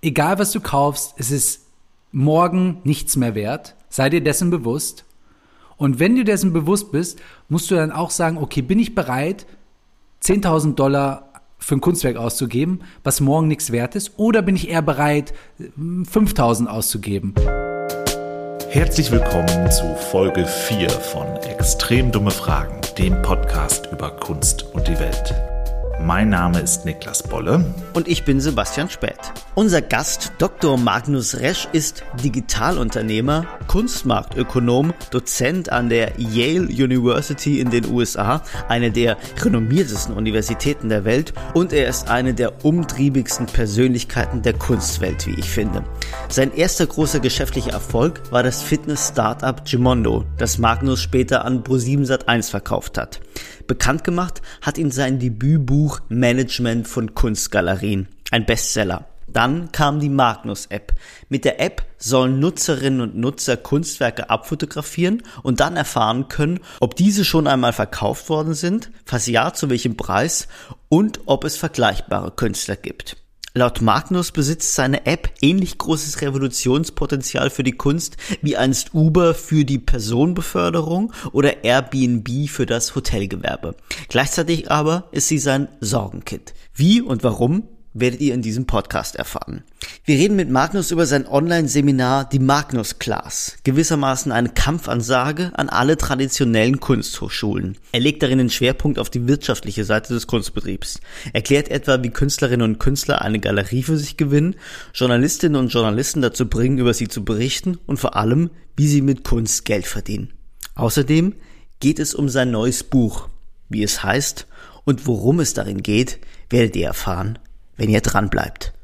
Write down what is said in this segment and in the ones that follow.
egal was du kaufst, es ist morgen nichts mehr wert. Sei dir dessen bewusst. Und wenn du dessen bewusst bist, musst du dann auch sagen, okay, bin ich bereit, $10.000 für ein Kunstwerk auszugeben, was morgen nichts wert ist, oder bin ich eher bereit, 5.000 auszugeben? Herzlich willkommen zu Folge 4 von Extrem dumme Fragen, dem Podcast über Kunst und die Welt. Mein Name ist Niklas Bolle. Und ich bin Sebastian Späth. Unser Gast Dr. Magnus Resch ist Digitalunternehmer, Kunstmarktökonom, Dozent an der Yale University in den USA, eine der renommiertesten Universitäten der Welt, und er ist eine der umtriebigsten Persönlichkeiten der Kunstwelt, wie ich finde. Sein erster großer geschäftlicher Erfolg war das Fitness-Startup Gymondo, das Magnus später an ProSiebenSat.1 verkauft hat. Bekannt gemacht hat ihn sein Debütbuch Management von Kunstgalerien, ein Bestseller. Dann kam die Magnus-App. Mit der App sollen Nutzerinnen und Nutzer Kunstwerke abfotografieren und dann erfahren können, ob diese schon einmal verkauft worden sind, falls ja, zu welchem Preis und ob es vergleichbare Künstler gibt. Laut Magnus besitzt seine App ähnlich großes Revolutionspotenzial für die Kunst wie einst Uber für die Personenbeförderung oder Airbnb für das Hotelgewerbe. Gleichzeitig aber ist sie sein Sorgenkind. Wie und warum, werdet ihr in diesem Podcast erfahren. Wir reden mit Magnus über sein Online-Seminar Die Magnus Class, gewissermaßen eine Kampfansage an alle traditionellen Kunsthochschulen. Er legt darin den Schwerpunkt auf die wirtschaftliche Seite des Kunstbetriebs, erklärt etwa, wie Künstlerinnen und Künstler eine Galerie für sich gewinnen, Journalistinnen und Journalisten dazu bringen, über sie zu berichten und vor allem, wie sie mit Kunst Geld verdienen. Außerdem geht es um sein neues Buch. Wie es heißt und worum es darin geht, werdet ihr erfahren, wenn ihr dran bleibt.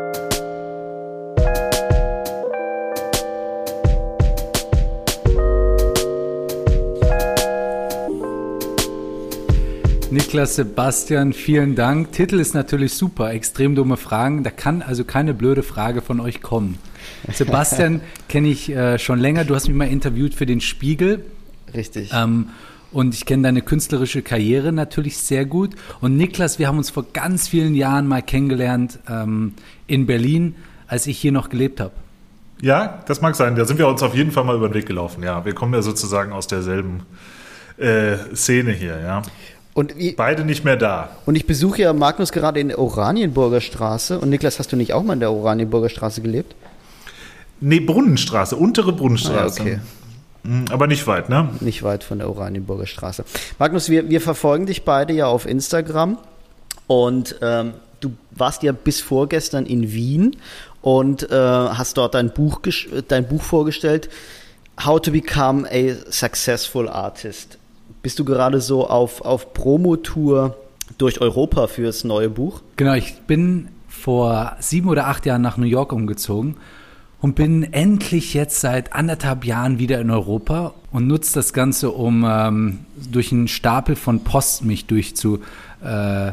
Niklas, Sebastian, vielen Dank. Titel ist natürlich super, extrem dumme Fragen. Da kann also keine blöde Frage von euch kommen. Sebastian kenne ich schon länger. Du hast mich mal interviewt für den Spiegel. Richtig. Und ich kenne deine künstlerische Karriere natürlich sehr gut. Und Niklas, wir haben uns vor ganz vielen Jahren mal kennengelernt in Berlin, als ich hier noch gelebt habe. Ja, das mag sein. Da sind wir uns auf jeden Fall mal über den Weg gelaufen. Ja, wir kommen ja sozusagen aus derselben Szene hier. Ja. Und beide nicht mehr da. Und ich besuche ja Magnus gerade in der Oranienburger Straße. Und Niklas, hast du nicht auch mal in der Oranienburger Straße gelebt? Nee, Brunnenstraße, untere Brunnenstraße. Ah, okay. Aber nicht weit, ne? Nicht weit von der Oranienburger Straße. Magnus, wir verfolgen dich beide ja auf Instagram und du warst ja bis vorgestern in Wien und hast dort dein Buch vorgestellt, How to Become a Successful Artist. Bist du gerade so auf Promotour durch Europa fürs neue Buch? Genau, ich bin vor 7 oder 8 Jahren nach New York umgezogen und bin endlich jetzt seit 1,5 Jahren wieder in Europa und nutze das Ganze, um durch einen Stapel von Post mich durchzujagen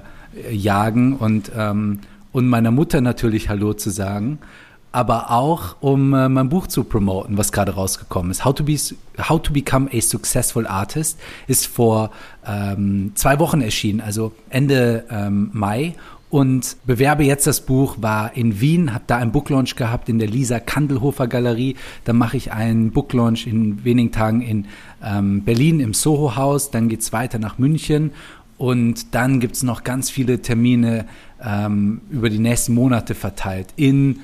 und meiner Mutter natürlich Hallo zu sagen, aber auch, um mein Buch zu promoten, was gerade rausgekommen ist. How to Become a Successful Artist ist vor 2 Wochen erschienen, also Ende Mai. Und bewerbe jetzt das Buch, war in Wien, habe da einen Booklaunch gehabt in der Lisa Kandelhofer Galerie. Dann mache ich einen Booklaunch in wenigen Tagen in Berlin im Soho-Haus. Dann geht's weiter nach München. Und dann gibt's noch ganz viele Termine über die nächsten Monate verteilt in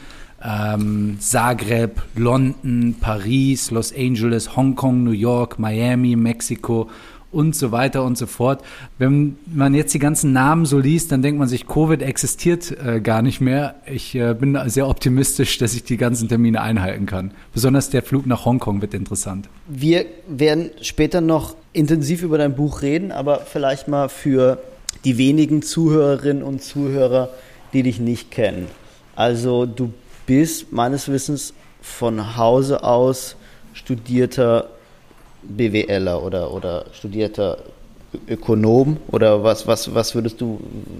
Zagreb, London, Paris, Los Angeles, Hongkong, New York, Miami, Mexiko und so weiter und so fort. Wenn man jetzt die ganzen Namen so liest, dann denkt man sich, Covid existiert gar nicht mehr. Ich bin sehr optimistisch, dass ich die ganzen Termine einhalten kann. Besonders der Flug nach Hongkong wird interessant. Wir werden später noch intensiv über dein Buch reden, aber vielleicht mal für die wenigen Zuhörerinnen und Zuhörer, die dich nicht kennen. Also du bist meines Wissens von Hause aus studierter BWLer oder studierter Ökonom oder was würdest du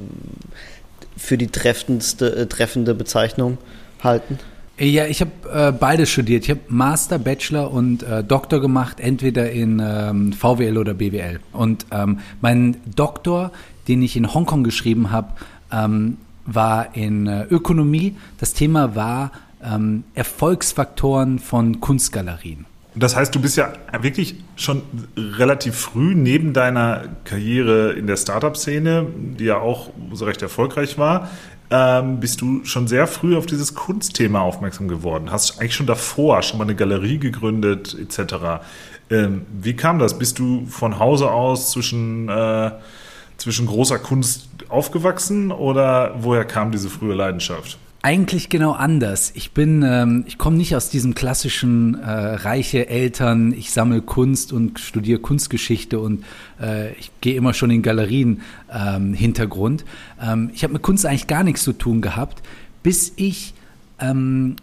für die treffende Bezeichnung halten? Ja, ich habe beides studiert. Ich habe Master, Bachelor und Doktor gemacht, entweder in VWL oder BWL. Und mein Doktor, den ich in Hongkong geschrieben habe, war in Ökonomie. Das Thema war Erfolgsfaktoren von Kunstgalerien. Das heißt, du bist ja wirklich schon relativ früh neben deiner Karriere in der Startup-Szene, die ja auch so recht erfolgreich war, bist du schon sehr früh auf dieses Kunstthema aufmerksam geworden. Hast eigentlich schon davor schon mal eine Galerie gegründet etc. Wie kam das? Bist du von Hause aus zwischen großer Kunst aufgewachsen oder woher kam diese frühe Leidenschaft? Eigentlich genau anders. Ich komme nicht aus diesem klassischen reiche Eltern, ich sammle Kunst und studiere Kunstgeschichte und ich gehe immer schon in Galerien Hintergrund. Ich habe mit Kunst eigentlich gar nichts zu tun gehabt, bis ich ein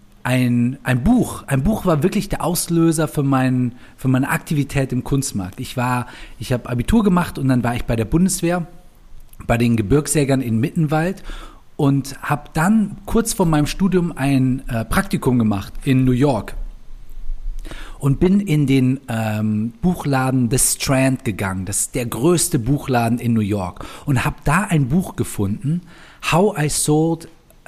Buch war wirklich der Auslöser für meine Aktivität im Kunstmarkt. Ich habe Abitur gemacht und dann war ich bei der Bundeswehr, bei den Gebirgsjägern in Mittenwald und habe dann kurz vor meinem Studium ein Praktikum gemacht in New York und bin in den Buchladen The Strand gegangen. Das ist der größte Buchladen in New York und habe da ein Buch gefunden, How I Sold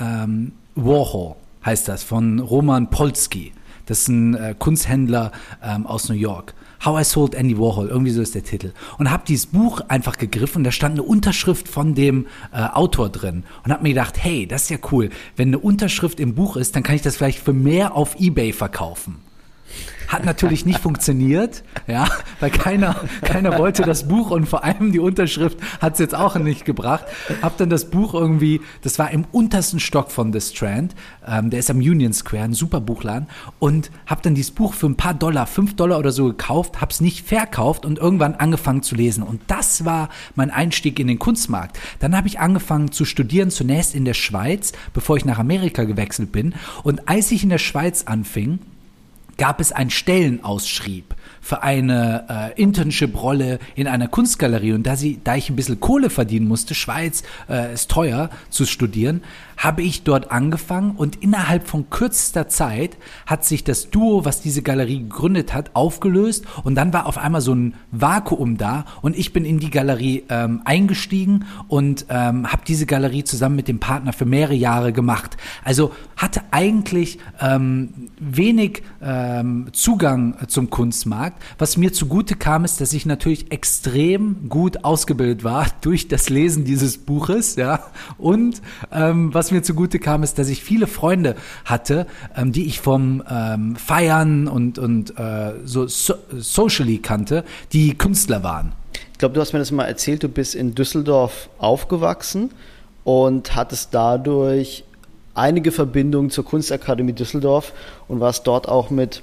Warhol heißt das, von Roman Polsky. Das ist ein Kunsthändler aus New York. How I Sold Andy Warhol, irgendwie so ist der Titel. Und habe dieses Buch einfach gegriffen und da stand eine Unterschrift von dem Autor drin. Und habe mir gedacht, hey, das ist ja cool. Wenn eine Unterschrift im Buch ist, dann kann ich das vielleicht für mehr auf eBay verkaufen. Hat natürlich nicht funktioniert, ja, weil keiner wollte das Buch und vor allem die Unterschrift hat es jetzt auch nicht gebracht. Hab dann das Buch irgendwie, das war im untersten Stock von The Strand, der ist am Union Square, ein super Buchladen, und hab dann dieses Buch für ein paar Dollar, $5 oder so gekauft, hab's nicht verkauft und irgendwann angefangen zu lesen. Und das war mein Einstieg in den Kunstmarkt. Dann habe ich angefangen zu studieren, zunächst in der Schweiz, bevor ich nach Amerika gewechselt bin. Und als ich in der Schweiz anfing, gab es einen Stellenausschrieb für eine Internship-Rolle in einer Kunstgalerie. Und da ich ein bisschen Kohle verdienen musste, Schweiz ist teuer zu studieren, habe ich dort angefangen und innerhalb von kürzester Zeit hat sich das Duo, was diese Galerie gegründet hat, aufgelöst und dann war auf einmal so ein Vakuum da und ich bin in die Galerie eingestiegen und habe diese Galerie zusammen mit dem Partner für mehrere Jahre gemacht. Also hatte eigentlich wenig Zugang zum Kunstmarkt. Was mir zugute kam, ist, dass ich natürlich extrem gut ausgebildet war durch das Lesen dieses Buches, ja, und was mir zugute kam, ist, dass ich viele Freunde hatte, die ich vom Feiern und socially kannte, die Künstler waren. Ich glaube, du hast mir das mal erzählt, du bist in Düsseldorf aufgewachsen und hattest dadurch einige Verbindungen zur Kunstakademie Düsseldorf und warst dort auch mit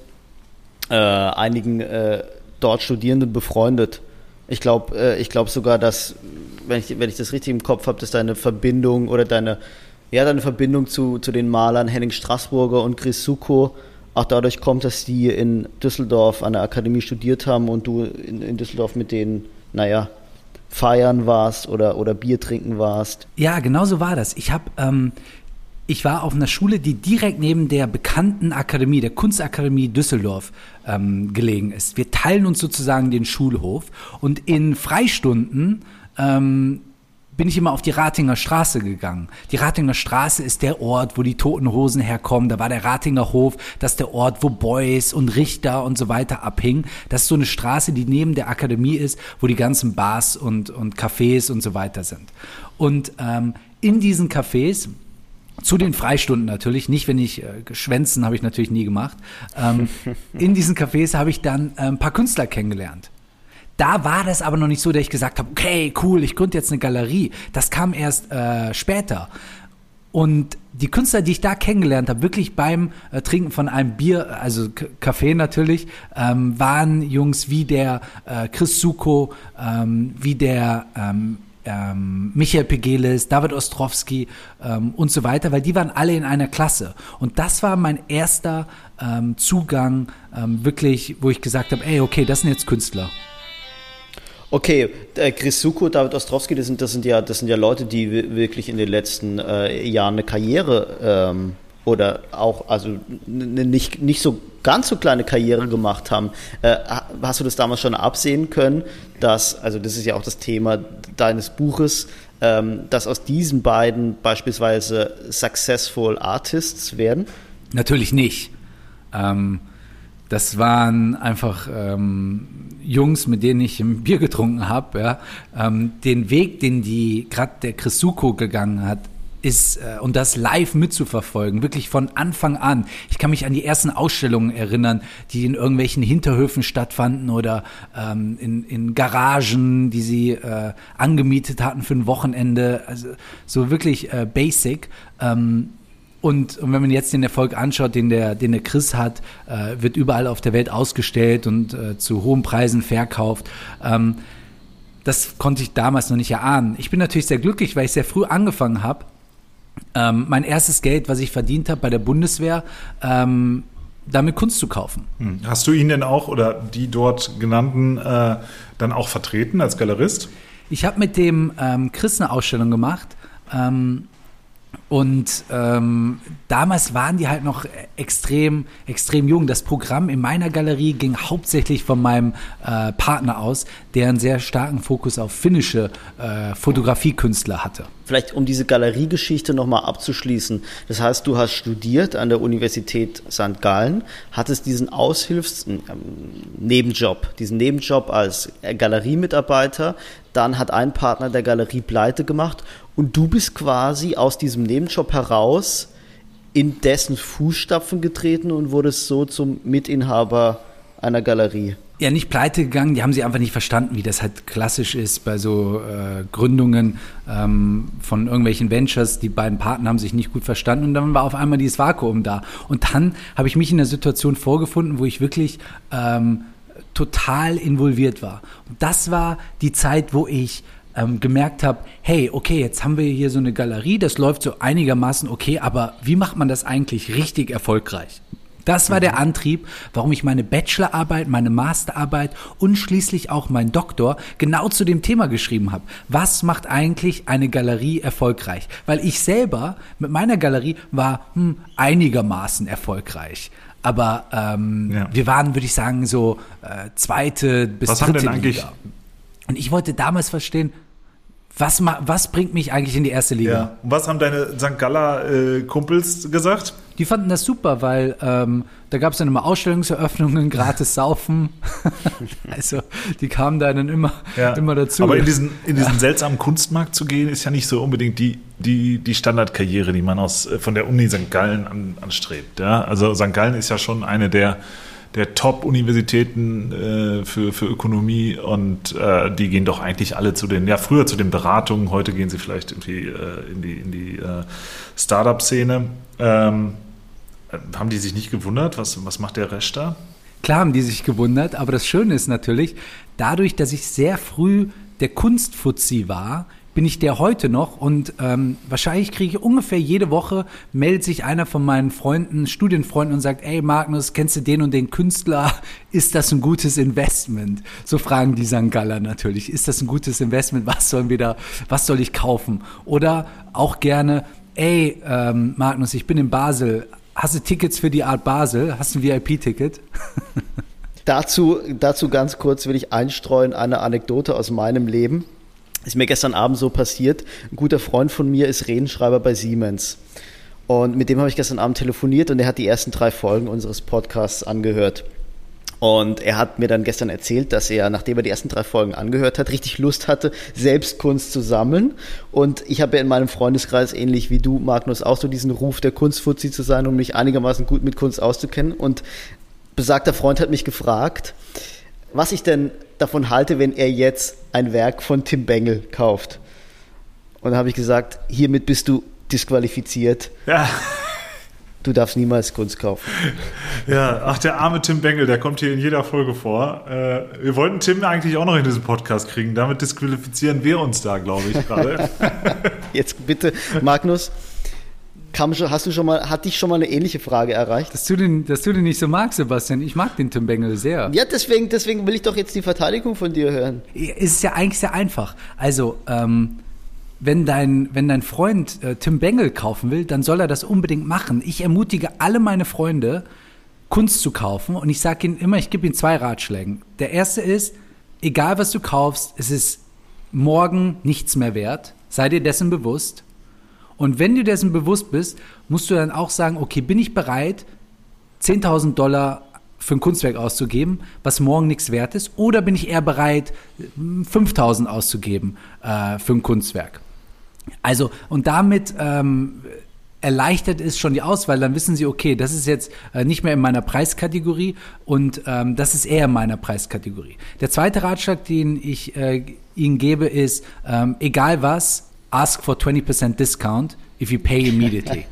einigen dort Studierenden befreundet. Ich glaube sogar, dass, wenn ich das richtig im Kopf habe, dass deine Verbindung oder deine Verbindung zu den Malern Henning Straßburger und Chris Suko auch dadurch kommt, dass die in Düsseldorf an der Akademie studiert haben und du in Düsseldorf mit denen, feiern warst oder Bier trinken warst. Ja, genau so war das. Ich war auf einer Schule, die direkt neben der bekannten Akademie, der Kunstakademie Düsseldorf, gelegen ist. Wir teilen uns sozusagen den Schulhof und in Freistunden bin ich immer auf die Ratinger Straße gegangen. Die Ratinger Straße ist der Ort, wo die Toten Hosen herkommen. Da war der Ratinger Hof, das ist der Ort, wo Beuys und Richter und so weiter abhingen. Das ist so eine Straße, die neben der Akademie ist, wo die ganzen Bars und Cafés und so weiter sind. Und in diesen Cafés, zu den Freistunden natürlich, nicht wenn ich schwänzen, habe ich natürlich nie gemacht. In diesen Cafés habe ich dann ein paar Künstler kennengelernt. Da war das aber noch nicht so, dass ich gesagt habe, okay, cool, ich gründe jetzt eine Galerie. Das kam erst später. Und die Künstler, die ich da kennengelernt habe, wirklich beim Trinken von einem Bier, also Kaffee natürlich, waren Jungs wie der Chris Suko, wie der Michael Pegeles, David Ostrowski und so weiter, weil die waren alle in einer Klasse. Und das war mein erster Zugang, wirklich, wo ich gesagt habe, ey, okay, das sind jetzt Künstler. Okay, Chris Suko, David Ostrowski, das sind ja Leute, die wirklich in den letzten Jahren eine Karriere oder auch also nicht so ganz so kleine Karriere gemacht haben. Hast du das damals schon absehen können, also das ist ja auch das Thema deines Buches, dass aus diesen beiden beispielsweise Successful Artists werden? Natürlich nicht. Das waren einfach Jungs, mit denen ich ein Bier getrunken habe. Ja. Den Weg, den gerade der Chris Suko gegangen hat, ist, und das live mitzuverfolgen, wirklich von Anfang an. Ich kann mich an die ersten Ausstellungen erinnern, die in irgendwelchen Hinterhöfen stattfanden oder in Garagen, die sie angemietet hatten für ein Wochenende. Also so wirklich basic. Und wenn man jetzt den Erfolg anschaut, den der Chris hat, wird überall auf der Welt ausgestellt und zu hohen Preisen verkauft. Das konnte ich damals noch nicht erahnen. Ich bin natürlich sehr glücklich, weil ich sehr früh angefangen habe. Mein erstes Geld, was ich verdient habe bei der Bundeswehr, damit Kunst zu kaufen. Hast du ihn denn auch oder die dort genannten dann auch vertreten als Galerist? Ich habe mit dem Chris eine Ausstellung gemacht. Und damals waren die halt noch extrem jung. Das Programm in meiner Galerie ging hauptsächlich von meinem Partner aus, der einen sehr starken Fokus auf finnische Fotografiekünstler hatte. Vielleicht um diese Galeriegeschichte nochmal abzuschließen. Das heißt, du hast studiert an der Universität St. Gallen, hattest diesen Nebenjob als Galeriemitarbeiter. Dann hat ein Partner der Galerie pleite gemacht und du bist quasi aus diesem Nebenjob heraus in dessen Fußstapfen getreten und wurdest so zum Mitinhaber einer Galerie. Ja, nicht pleite gegangen, die haben sie einfach nicht verstanden, wie das halt klassisch ist bei so Gründungen von irgendwelchen Ventures. Die beiden Partner haben sich nicht gut verstanden und dann war auf einmal dieses Vakuum da. Und dann habe ich mich in einer Situation vorgefunden, wo ich wirklich total involviert war. Und das war die Zeit, wo ich gemerkt habe, hey, okay, jetzt haben wir hier so eine Galerie, das läuft so einigermaßen okay, aber wie macht man das eigentlich richtig erfolgreich? Das war der Antrieb, warum ich meine Bachelorarbeit, meine Masterarbeit und schließlich auch meinen Doktor genau zu dem Thema geschrieben habe. Was macht eigentlich eine Galerie erfolgreich? Weil ich selber mit meiner Galerie war einigermaßen erfolgreich. Aber wir waren, würde ich sagen, so zweite bis dritte Liga. Und ich wollte damals verstehen, was bringt mich eigentlich in die erste Liga? Ja. Und was haben deine St. Galler Kumpels gesagt? Die fanden das super, weil da gab es dann immer Ausstellungseröffnungen, gratis saufen. Also die kamen da dann immer dazu. Aber in diesen seltsamen Kunstmarkt zu gehen, ist ja nicht so unbedingt die Standardkarriere, die man von der Uni St. Gallen anstrebt. Ja? Also St. Gallen ist ja schon eine der Top-Universitäten für Ökonomie und die gehen doch eigentlich alle früher zu den Beratungen, heute gehen sie vielleicht irgendwie in die Startup-Szene. Haben die sich nicht gewundert? Was macht der Rest da? Klar haben die sich gewundert, aber das Schöne ist natürlich, dadurch, dass ich sehr früh der Kunstfuzzi war, bin ich der heute noch und wahrscheinlich kriege ich ungefähr jede Woche, meldet sich einer von meinen Freunden, Studienfreunden und sagt, ey Magnus, kennst du den und den Künstler? Ist das ein gutes Investment? So fragen die St. Galler natürlich. Ist das ein gutes Investment? Was soll ich kaufen? Oder auch gerne, ey Magnus, ich bin in Basel. Hast du Tickets für die Art Basel? Hast du ein VIP-Ticket? Dazu ganz kurz will ich einstreuen eine Anekdote aus meinem Leben. Ist mir gestern Abend so passiert. Ein guter Freund von mir ist Redenschreiber bei Siemens. Und mit dem habe ich gestern Abend telefoniert und er hat die ersten 3 Folgen unseres Podcasts angehört. Und er hat mir dann gestern erzählt, dass er, nachdem er die ersten 3 Folgen angehört hat, richtig Lust hatte, selbst Kunst zu sammeln. Und ich habe ja in meinem Freundeskreis, ähnlich wie du, Magnus, auch so diesen Ruf, der Kunstfuzzi zu sein und mich einigermaßen gut mit Kunst auszukennen. Und besagter Freund hat mich gefragt, was ich denn davon halte, wenn er jetzt ein Werk von Tim Bengel kauft. Und da habe ich gesagt, hiermit bist du disqualifiziert. Ja. Du darfst niemals Kunst kaufen. Ja, ach, der arme Tim Bengel, der kommt hier in jeder Folge vor. Wir wollten Tim eigentlich auch noch in diesen Podcast kriegen. Damit disqualifizieren wir uns da, glaube ich, gerade. Jetzt bitte, Magnus, hat dich schon mal eine ähnliche Frage erreicht? Dass du den nicht so magst, Sebastian. Ich mag den Tim Bengel sehr. Ja, deswegen will ich doch jetzt die Verteidigung von dir hören. Es ist ja eigentlich sehr einfach. Also, wenn dein Freund Tim Bengel kaufen will, dann soll er das unbedingt machen. Ich ermutige alle meine Freunde, Kunst zu kaufen und ich sage ihnen immer, ich gebe ihnen 2 Ratschläge. Der erste ist, egal was du kaufst, es ist morgen nichts mehr wert. Sei dir dessen bewusst. Und wenn du dessen bewusst bist, musst du dann auch sagen, okay, bin ich bereit, $10.000 für ein Kunstwerk auszugeben, was morgen nichts wert ist, oder bin ich eher bereit, 5.000 auszugeben für ein Kunstwerk? Also, und damit erleichtert ist schon die Auswahl, dann wissen sie, okay, das ist jetzt nicht mehr in meiner Preiskategorie und das ist eher in meiner Preiskategorie. Der zweite Ratschlag, den ich Ihnen gebe, ist, egal was, ask for 20% discount if you pay immediately.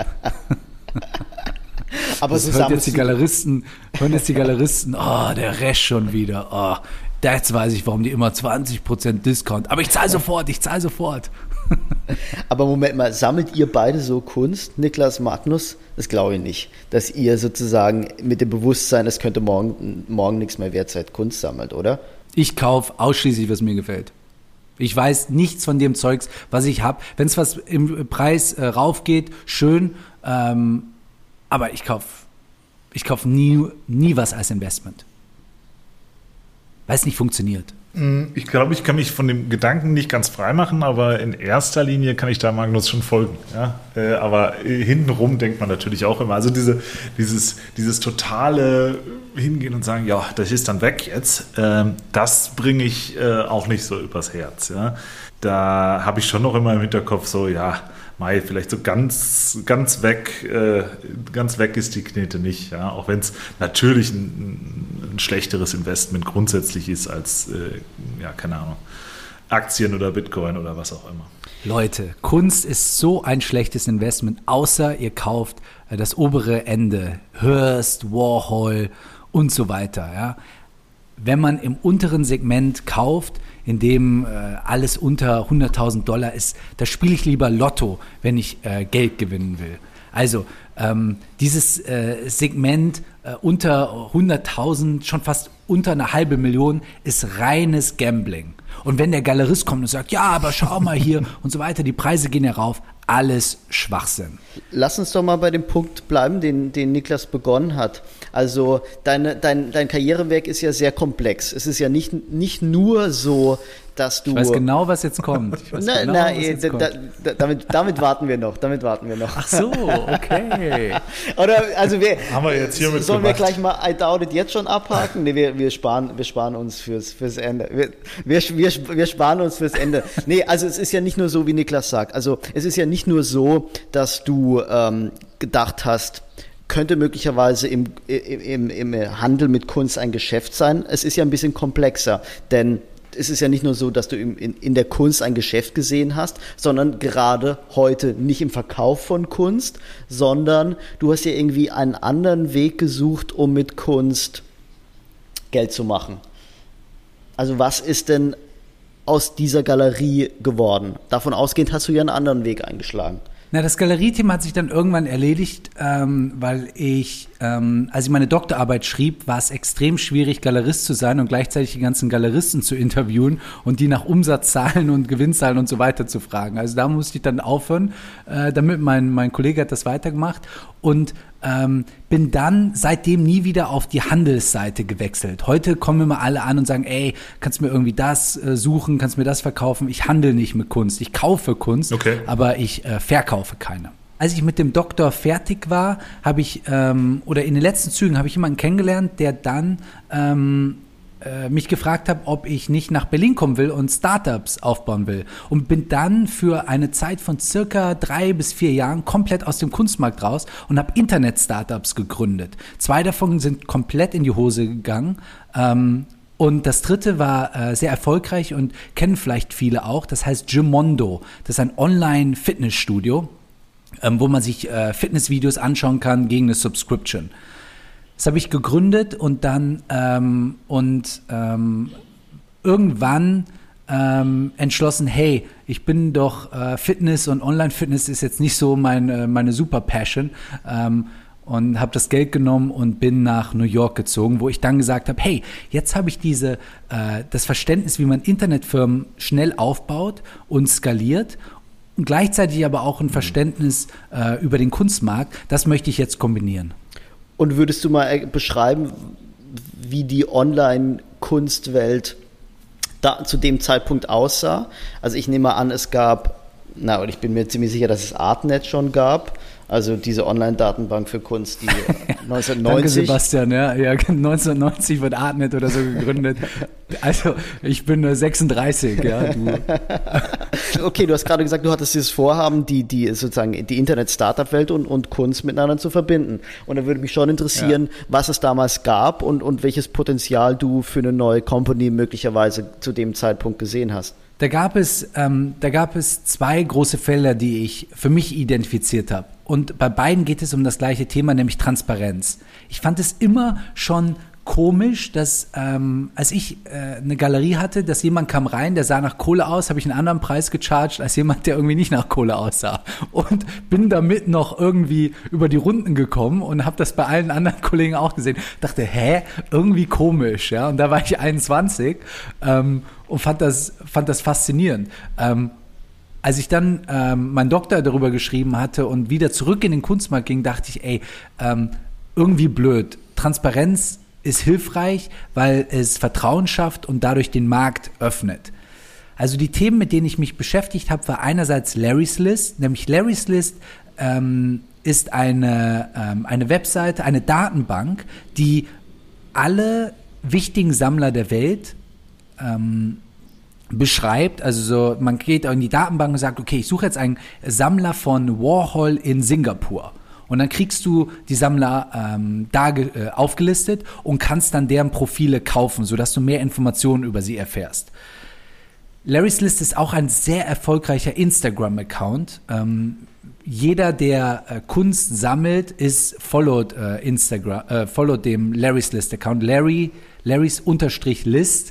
Aber das hören jetzt die Galeristen, oh, der Resch schon wieder, oh, jetzt weiß ich, warum die immer 20% Discount, aber ich zahle sofort. Aber Moment mal, sammelt ihr beide so Kunst, Niklas, Magnus? Das glaube ich nicht, dass ihr sozusagen mit dem Bewusstsein, es könnte morgen nichts mehr wert sein, Kunst sammelt, oder? Ich kaufe ausschließlich, was mir gefällt. Ich weiß nichts von dem Zeugs, was ich habe. Wenn es was im Preis raufgeht, schön, aber ich kauf nie was als Investment. Weil es nicht funktioniert. Ich glaube, ich kann mich von dem Gedanken nicht ganz frei machen, aber in erster Linie kann ich da Magnus schon folgen. Ja? Aber hintenrum denkt man natürlich auch immer. Also dieses totale Hingehen und sagen, ja, das ist dann weg jetzt, das bringe ich auch nicht so übers Herz. Ja? Da habe ich schon noch immer im Hinterkopf so, ja, Mai, vielleicht so ganz weg ist die Knete nicht, ja, auch wenn es natürlich ein schlechteres Investment grundsätzlich ist als, keine Ahnung, Aktien oder Bitcoin oder was auch immer. Leute, Kunst ist so ein schlechtes Investment, außer ihr kauft das obere Ende, Hearst, Warhol und so weiter, ja. Wenn man im unteren Segment kauft, in dem alles unter $100.000 ist, da spiele ich lieber Lotto, wenn ich Geld gewinnen will. Also dieses Segment unter 100.000, schon fast unter eine halbe Million, ist reines Gambling. Und wenn der Galerist kommt und sagt, ja, aber schau mal hier und so weiter, die Preise gehen ja rauf, alles Schwachsinn. Lass uns doch mal bei dem Punkt bleiben, den Niklas begonnen hat. Also dein Karriereweg ist ja sehr komplex. Es ist ja nicht nur so, dass du... Ich weiß genau, was jetzt kommt. Damit warten wir noch. Ach so, okay. Oder, also haben wir jetzt hiermit sollen wir gleich mal I Doubt It jetzt schon abhaken? Nee, wir sparen uns fürs Ende. Wir sparen uns fürs Ende. Nee, also es ist ja nicht nur so, wie Niklas sagt. Also es ist ja nicht nur so, dass du gedacht hast, könnte möglicherweise im Handel mit Kunst ein Geschäft sein. Es ist ja ein bisschen komplexer, denn es ist ja nicht nur so, dass du in der Kunst ein Geschäft gesehen hast, sondern gerade heute nicht im Verkauf von Kunst, sondern du hast ja irgendwie einen anderen Weg gesucht, um mit Kunst Geld zu machen. Also was ist denn aus dieser Galerie geworden? Davon ausgehend hast du ja einen anderen Weg eingeschlagen. Na, das Galeriethema hat sich dann irgendwann erledigt, weil ich, als ich meine Doktorarbeit schrieb, war es extrem schwierig, Galerist zu sein und gleichzeitig die ganzen Galeristen zu interviewen und die nach Umsatzzahlen und Gewinnzahlen und so weiter zu fragen. Also da musste ich dann aufhören, damit mein Kollege hat das weitergemacht und bin dann seitdem nie wieder auf die Handelsseite gewechselt. Heute kommen immer alle an und sagen, ey, kannst du mir irgendwie das suchen, kannst du mir das verkaufen? Ich handle nicht mit Kunst, ich kaufe Kunst, okay, aber ich verkaufe keine. Als ich mit dem Doktor fertig war, habe ich, oder in den letzten Zügen habe ich jemanden kennengelernt, der dann mich gefragt habe, ob ich nicht nach Berlin kommen will und Startups aufbauen will. Und bin dann für eine Zeit von circa 3 bis 4 Jahren komplett aus dem Kunstmarkt raus und habe Internet-Startups gegründet. 2 davon sind komplett in die Hose gegangen. Und das dritte war sehr erfolgreich und kennen vielleicht viele auch. Das heißt Gymondo. Das ist ein Online-Fitnessstudio, wo man sich Fitnessvideos anschauen kann gegen eine Subscription. Das habe ich gegründet und dann irgendwann entschlossen, hey, ich bin doch Fitness und Online-Fitness ist jetzt nicht so meine Super-Passion und habe das Geld genommen und bin nach New York gezogen, wo ich dann gesagt habe, hey, jetzt habe ich das Verständnis, wie man Internetfirmen schnell aufbaut und skaliert und gleichzeitig aber auch ein Verständnis über den Kunstmarkt, das möchte ich jetzt kombinieren. Und würdest du mal beschreiben, wie die Online-Kunstwelt da zu dem Zeitpunkt aussah? Also ich nehme an, es gab und ich bin mir ziemlich sicher, dass es Artnet schon gab. Also diese Online-Datenbank für Kunst, die 1990... Danke, Sebastian. Ja, 1990 wird Artnet oder so gegründet. Also ich bin 36. Ja, du. Okay, du hast gerade gesagt, du hattest dieses Vorhaben, die sozusagen die Internet-Startup-Welt und Kunst miteinander zu verbinden. Und da würde mich schon interessieren, was es damals gab und welches Potenzial du für eine neue Company möglicherweise zu dem Zeitpunkt gesehen hast. Da gab es 2 große Felder, die ich für mich identifiziert habe. Und bei beiden geht es um das gleiche Thema, nämlich Transparenz. Ich fand es immer schon komisch, dass als ich eine Galerie hatte, dass jemand kam rein, der sah nach Kohle aus, habe ich einen anderen Preis gecharged als jemand, der irgendwie nicht nach Kohle aussah. Und bin damit noch irgendwie über die Runden gekommen und habe das bei allen anderen Kollegen auch gesehen. Dachte, irgendwie komisch. Ja? Und da war ich 21 und fand das faszinierend. Als ich dann meinen Doktor darüber geschrieben hatte und wieder zurück in den Kunstmarkt ging, dachte ich, irgendwie blöd. Transparenz ist hilfreich, weil es Vertrauen schafft und dadurch den Markt öffnet. Also die Themen, mit denen ich mich beschäftigt habe, war einerseits Larry's List, nämlich Larry's List ist eine Webseite, eine Datenbank, die alle wichtigen Sammler der Welt beschreibt, also so, man geht in die Datenbank und sagt, okay, ich suche jetzt einen Sammler von Warhol in Singapur. Und dann kriegst du die Sammler aufgelistet und kannst dann deren Profile kaufen, sodass du mehr Informationen über sie erfährst. Larry's List ist auch ein sehr erfolgreicher Instagram-Account. Jeder, der Kunst sammelt, followt dem Larry's List-Account. Larry's-List,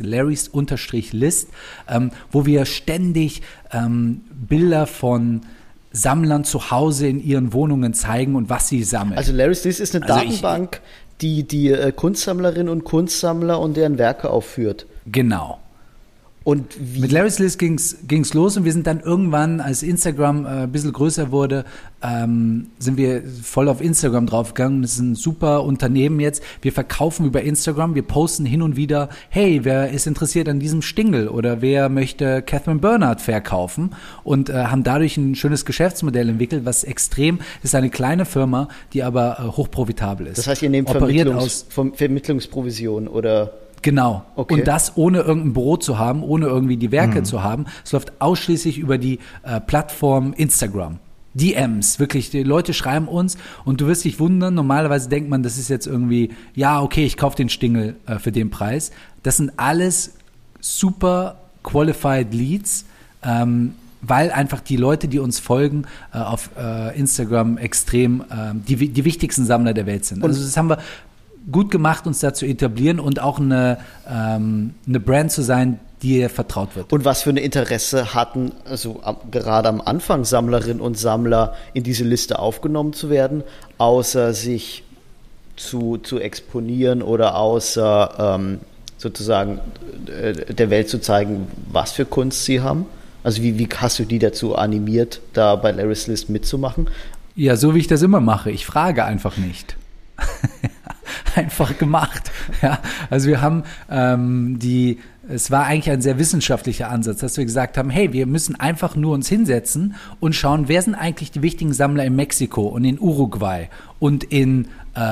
wo wir ständig Bilder von Sammlern zu Hause in ihren Wohnungen zeigen und was sie sammeln. Also Larry's List ist eine Datenbank, die Kunstsammlerinnen und Kunstsammler und deren Werke aufführt. Genau. Und mit Larry's List ging's los und wir sind dann irgendwann, als Instagram ein bisschen größer wurde, sind wir voll auf Instagram draufgegangen. Das ist ein super Unternehmen jetzt. Wir verkaufen über Instagram, wir posten hin und wieder, hey, wer ist interessiert an diesem Stingel oder wer möchte Catherine Bernhardt verkaufen und haben dadurch ein schönes Geschäftsmodell entwickelt, was extrem, das ist eine kleine Firma, die aber hochprofitabel ist. Das heißt, ihr nehmt Vermittlungsprovision oder... Genau. Okay. Und das ohne irgendein Büro zu haben, ohne irgendwie die Werke zu haben. Es läuft ausschließlich über die Plattform Instagram. DMs, wirklich, die Leute schreiben uns und du wirst dich wundern, normalerweise denkt man, das ist jetzt irgendwie, ja, okay, ich kaufe den Stingel für den Preis. Das sind alles super qualified Leads, weil einfach die Leute, die uns folgen, auf Instagram extrem die wichtigsten Sammler der Welt sind. Also das haben wir gut gemacht, uns da zu etablieren und auch eine Brand zu sein, die vertraut wird. Und was für ein Interesse hatten, also gerade am Anfang Sammlerinnen und Sammler in diese Liste aufgenommen zu werden, außer sich zu exponieren oder außer sozusagen der Welt zu zeigen, was für Kunst sie haben? Also wie hast du die dazu animiert, da bei Larry's List mitzumachen? Ja, so wie ich das immer mache. Ich frage einfach nicht. Einfach gemacht. Ja, also wir haben es war eigentlich ein sehr wissenschaftlicher Ansatz, dass wir gesagt haben, hey, wir müssen einfach nur uns hinsetzen und schauen, wer sind eigentlich die wichtigen Sammler in Mexiko und in Uruguay und in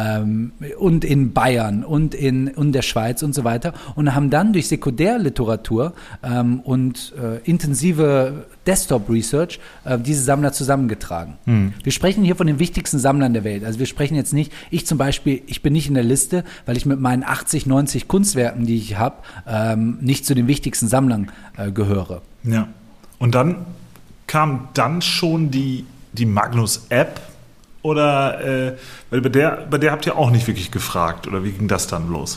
Bayern und in der Schweiz und so weiter und haben dann durch Sekundärliteratur und intensive Desktop-Research diese Sammler zusammengetragen. Wir sprechen hier von den wichtigsten Sammlern der Welt. Also wir sprechen jetzt nicht, ich zum Beispiel, ich bin nicht in der Liste, weil ich mit meinen 80, 90 Kunstwerken, die ich habe, nicht zu den wichtigsten Sammlern gehöre. Ja. Und dann kam dann schon die Magnus-App. Oder, weil bei der habt ihr auch nicht wirklich gefragt, oder wie ging das dann los?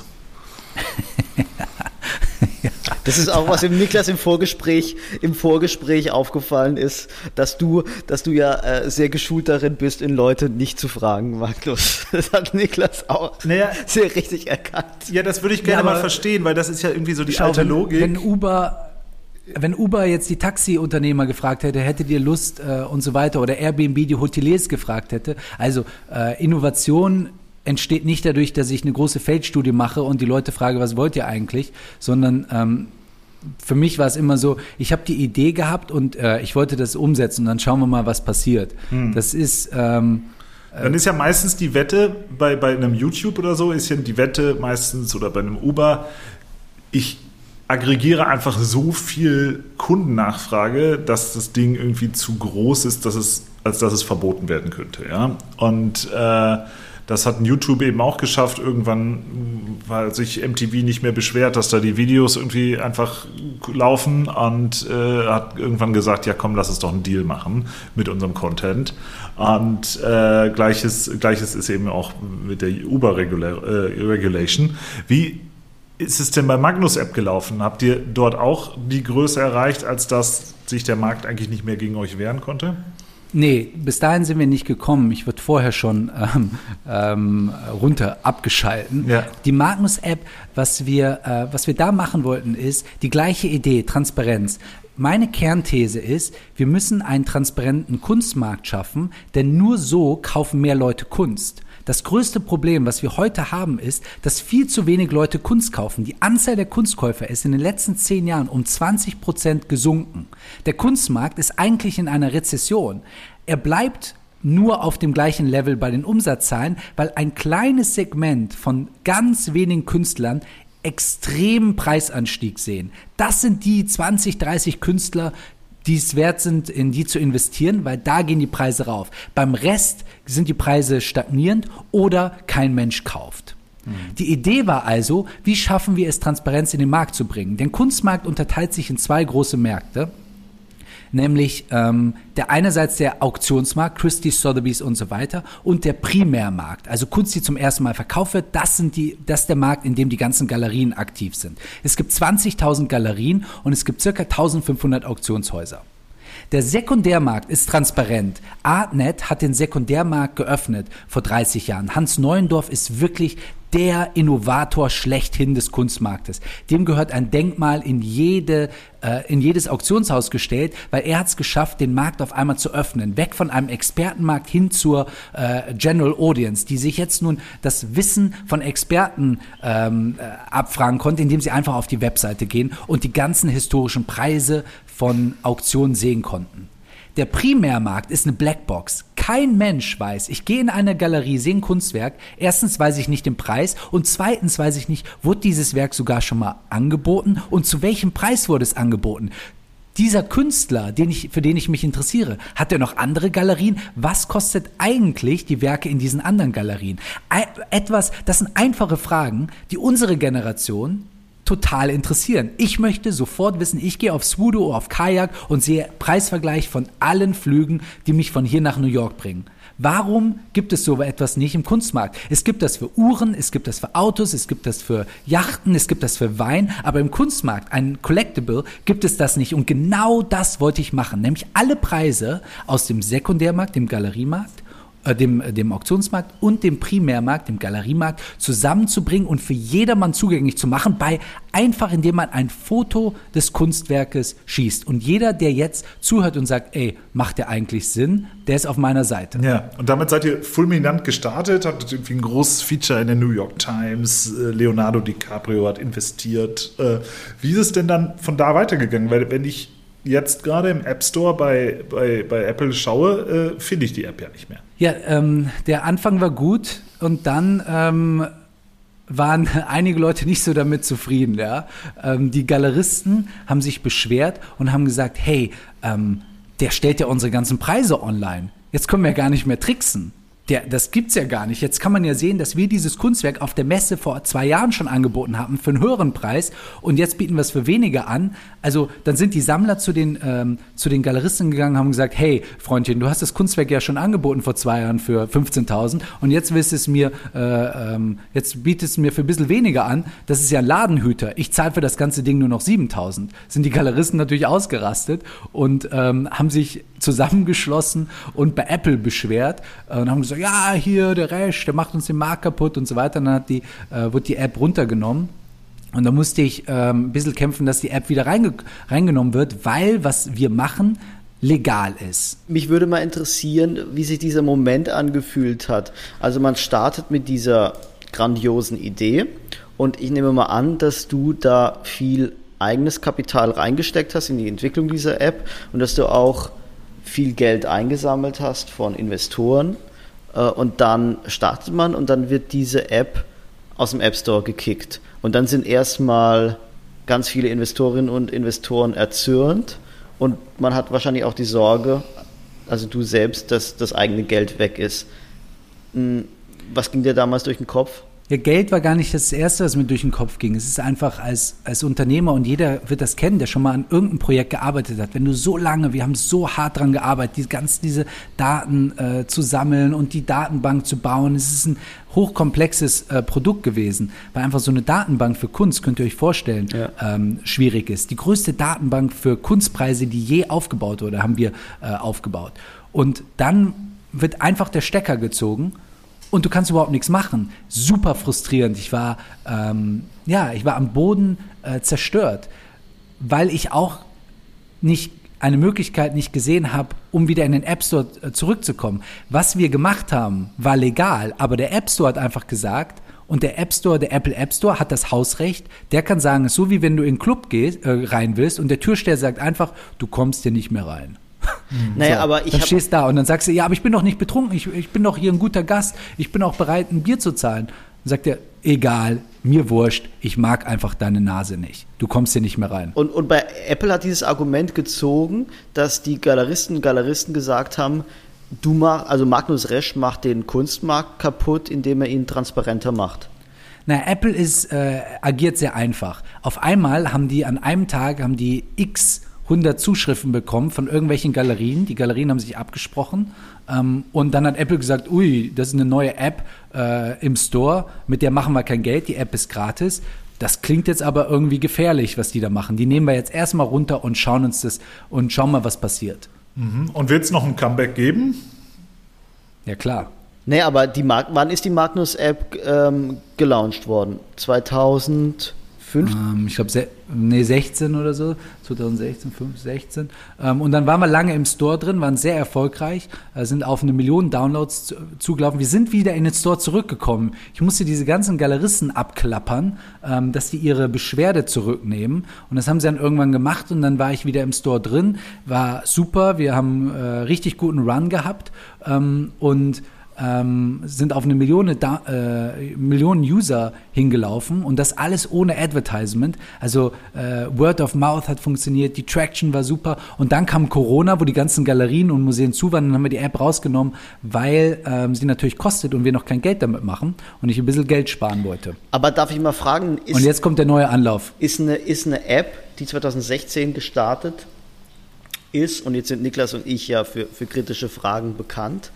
Das ist auch, was dem Niklas im Vorgespräch aufgefallen ist, dass du ja sehr geschult darin bist, in Leute nicht zu fragen, Magnus. Das hat Niklas auch sehr richtig erkannt. Ja, das würde ich gerne mal verstehen, weil das ist ja irgendwie so die alte Logik. Wenn Uber jetzt die Taxiunternehmer gefragt hätte, hättet ihr Lust und so weiter, oder Airbnb die Hoteliers gefragt hätte. Also Innovation entsteht nicht dadurch, dass ich eine große Feldstudie mache und die Leute frage, was wollt ihr eigentlich, sondern für mich war es immer so, ich habe die Idee gehabt und ich wollte das umsetzen und dann schauen wir mal, was passiert. Das ist dann ist ja meistens die Wette, bei einem YouTube oder so, ist ja die Wette meistens, oder bei einem Uber, ich aggregiere einfach so viel Kundennachfrage, dass das Ding irgendwie zu groß ist, als dass es verboten werden könnte. Ja? Und das hat YouTube eben auch geschafft, irgendwann, weil sich MTV nicht mehr beschwert, dass da die Videos irgendwie einfach laufen, und hat irgendwann gesagt, ja komm, lass uns doch einen Deal machen mit unserem Content. Und Gleiches ist eben auch mit der Uber-Regulation. Wie ist es denn bei Magnus-App gelaufen? Habt ihr dort auch die Größe erreicht, als dass sich der Markt eigentlich nicht mehr gegen euch wehren konnte? Nee, bis dahin sind wir nicht gekommen. Ich wurde vorher schon runter abgeschalten. Ja. Die Magnus-App, was wir da machen wollten, ist die gleiche Idee, Transparenz. Meine Kernthese ist, wir müssen einen transparenten Kunstmarkt schaffen, denn nur so kaufen mehr Leute Kunst. Das größte Problem, was wir heute haben, ist, dass viel zu wenig Leute Kunst kaufen. Die Anzahl der Kunstkäufer ist in den letzten 10 Jahren um 20% gesunken. Der Kunstmarkt ist eigentlich in einer Rezession. Er bleibt nur auf dem gleichen Level bei den Umsatzzahlen, weil ein kleines Segment von ganz wenigen Künstlern extremen Preisanstieg sehen. Das sind die 20, 30 Künstler, die es wert sind, in die zu investieren, weil da gehen die Preise rauf. Beim Rest sind die Preise stagnierend oder kein Mensch kauft. Die Idee war also, wie schaffen wir es, Transparenz in den Markt zu bringen? Der Kunstmarkt unterteilt sich in 2 große Märkte, nämlich der einerseits der Auktionsmarkt, Christie's, Sotheby's und so weiter, und der Primärmarkt, also Kunst, die zum ersten Mal verkauft wird, das ist der Markt, in dem die ganzen Galerien aktiv sind. Es gibt 20.000 Galerien und es gibt ca. 1.500 Auktionshäuser. Der Sekundärmarkt ist transparent. Artnet hat den Sekundärmarkt geöffnet vor 30 Jahren. Hans Neuendorf ist wirklich der Innovator schlechthin des Kunstmarktes. Dem gehört ein Denkmal in jedes Auktionshaus gestellt, weil er hat es geschafft, den Markt auf einmal zu öffnen. Weg von einem Expertenmarkt hin zur General Audience, die sich jetzt nun das Wissen von Experten abfragen konnte, indem sie einfach auf die Webseite gehen und die ganzen historischen Preise von Auktionen sehen konnten. Der Primärmarkt ist eine Blackbox. Kein Mensch weiß, ich gehe in eine Galerie, sehe ein Kunstwerk, erstens weiß ich nicht den Preis und zweitens weiß ich nicht, wurde dieses Werk sogar schon mal angeboten und zu welchem Preis wurde es angeboten. Dieser Künstler, für den ich mich interessiere, hat er noch andere Galerien? Was kostet eigentlich die Werke in diesen anderen Galerien? Das sind einfache Fragen, die unsere Generation total interessieren. Ich möchte sofort wissen, ich gehe auf Swoodo oder auf Kajak und sehe Preisvergleich von allen Flügen, die mich von hier nach New York bringen. Warum gibt es so etwas nicht im Kunstmarkt? Es gibt das für Uhren, es gibt das für Autos, es gibt das für Yachten, es gibt das für Wein, aber im Kunstmarkt, ein Collectible, gibt es das nicht. Und genau das wollte ich machen, nämlich alle Preise aus dem Sekundärmarkt, dem Galeriemarkt, dem Auktionsmarkt und dem Primärmarkt, dem Galeriemarkt zusammenzubringen und für jedermann zugänglich zu machen, indem man ein Foto des Kunstwerkes schießt. Und jeder, der jetzt zuhört und sagt, ey, macht der eigentlich Sinn, der ist auf meiner Seite. Ja, und damit seid ihr fulminant gestartet, hattet irgendwie ein großes Feature in der New York Times, Leonardo DiCaprio hat investiert. Wie ist es denn dann von da weitergegangen? Weil wenn ich jetzt gerade im App Store bei Apple schaue, finde ich die App ja nicht mehr. Ja, der Anfang war gut und dann waren einige Leute nicht so damit zufrieden. Ja? Die Galeristen haben sich beschwert und haben gesagt, hey, der stellt ja unsere ganzen Preise online. Jetzt können wir ja gar nicht mehr tricksen. Das gibt's ja gar nicht. Jetzt kann man ja sehen, dass wir dieses Kunstwerk auf der Messe vor 2 Jahren schon angeboten haben für einen höheren Preis und jetzt bieten wir es für weniger an. Also dann sind die Sammler zu den Galeristen gegangen und haben gesagt, hey Freundchen, du hast das Kunstwerk ja schon angeboten vor 2 Jahren für 15.000 und jetzt bietest es mir für ein bisschen weniger an. Das ist ja ein Ladenhüter. Ich zahle für das ganze Ding nur noch 7.000. Sind die Galeristen natürlich ausgerastet und haben sich zusammengeschlossen und bei Apple beschwert und haben gesagt, ja, hier der Resch, der macht uns den Markt kaputt und so weiter. Und dann wurde die App runtergenommen. Und da musste ich ein bisschen kämpfen, dass die App wieder reingenommen wird, weil was wir machen legal ist. Mich würde mal interessieren, wie sich dieser Moment angefühlt hat. Also man startet mit dieser grandiosen Idee und ich nehme mal an, dass du da viel eigenes Kapital reingesteckt hast in die Entwicklung dieser App und dass du auch viel Geld eingesammelt hast von Investoren und dann startet man und dann wird diese App aus dem App Store gekickt. Und dann sind erstmal ganz viele Investorinnen und Investoren erzürnt und man hat wahrscheinlich auch die Sorge, also du selbst, dass das eigene Geld weg ist. Was ging dir damals durch den Kopf? Ja, Geld war gar nicht das Erste, was mir durch den Kopf ging. Es ist einfach als Unternehmer, und jeder wird das kennen, der schon mal an irgendeinem Projekt gearbeitet hat. Wenn du wir haben so hart dran gearbeitet, diese Daten zu sammeln und die Datenbank zu bauen. Es ist ein hochkomplexes Produkt gewesen, weil einfach so eine Datenbank für Kunst, könnt ihr euch vorstellen, schwierig ist. Die größte Datenbank für Kunstpreise, die je aufgebaut wurde, haben wir aufgebaut. Und dann wird einfach der Stecker gezogen. Und du kannst überhaupt nichts machen. Super frustrierend. Ich war am Boden zerstört, weil ich auch eine Möglichkeit nicht gesehen habe, um wieder in den App Store zurückzukommen. Was wir gemacht haben, war legal, aber der App Store hat einfach gesagt, und der Apple App Store hat das Hausrecht, der kann sagen, so wie wenn du in den Club rein willst und der Türsteher sagt einfach, du kommst hier nicht mehr rein. Naja, so, aber dann stehst da und dann sagst du, ja, aber ich bin doch nicht betrunken, ich bin doch hier ein guter Gast, ich bin auch bereit, ein Bier zu zahlen. Dann sagt er, egal, mir wurscht, ich mag einfach deine Nase nicht. Du kommst hier nicht mehr rein. Und bei Apple hat dieses Argument gezogen, dass die Galeristen und Galeristen gesagt haben, Magnus Resch macht den Kunstmarkt kaputt, indem er ihn transparenter macht. Na, Apple agiert sehr einfach. Auf einmal haben die an einem Tag x 100 Zuschriften bekommen von irgendwelchen Galerien. Die Galerien haben sich abgesprochen. Und dann hat Apple gesagt, ui, das ist eine neue App im Store, mit der machen wir kein Geld, die App ist gratis. Das klingt jetzt aber irgendwie gefährlich, was die da machen. Die nehmen wir jetzt erstmal runter und schauen mal, was passiert. Und wird es noch ein Comeback geben? Ja, klar. Nee, aber wann ist die Magnus-App gelauncht worden? 2005? Ich glaube, 16 oder so, 2016, 16. Und dann waren wir lange im Store drin, waren sehr erfolgreich, sind auf 1 Million Downloads zugelaufen. Wir sind wieder in den Store zurückgekommen. Ich musste diese ganzen Galeristen abklappern, dass die ihre Beschwerde zurücknehmen. Und das haben sie dann irgendwann gemacht und dann war ich wieder im Store drin. War super, wir haben richtig guten Run gehabt und sind auf 1 Million User hingelaufen und das alles ohne Advertisement. Also Word of Mouth hat funktioniert, die Traction war super und dann kam Corona, wo die ganzen Galerien und Museen zu waren, dann haben wir die App rausgenommen, weil sie natürlich kostet und wir noch kein Geld damit machen und ich ein bisschen Geld sparen wollte. Aber darf ich mal fragen, und jetzt kommt der neue Anlauf. Ist eine App, die 2016 gestartet ist, und jetzt sind Niklas und ich ja für kritische Fragen bekannt.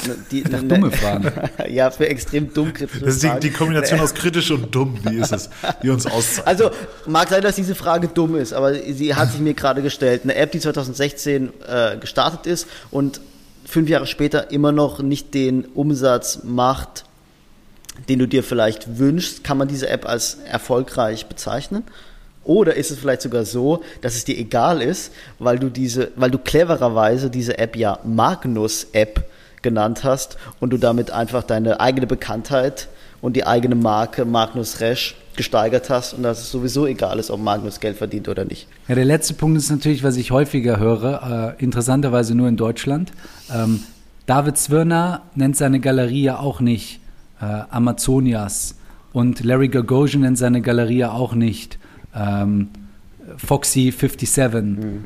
Dumme Fragen. Ja, für extrem dumm kritische Fragen. Das ist die Kombination aus kritisch und dumm, die ist es, die uns auszeichnet. Also, mag sein, dass diese Frage dumm ist, aber sie hat sich mir gerade gestellt. Eine App, die 2016 gestartet ist und 5 Jahre später immer noch nicht den Umsatz macht, den du dir vielleicht wünschst, kann man diese App als erfolgreich bezeichnen? Oder ist es vielleicht sogar so, dass es dir egal ist, weil du clevererweise diese App ja Magnus-App genannt hast und du damit einfach deine eigene Bekanntheit und die eigene Marke Magnus Resch gesteigert hast und dass es sowieso egal ist, ob Magnus Geld verdient oder nicht. Ja, der letzte Punkt ist natürlich, was ich häufiger höre, interessanterweise nur in Deutschland. David Zwirner nennt seine Galerie ja auch nicht Amazonias und Larry Gagosian nennt seine Galerie ja auch nicht Foxy 57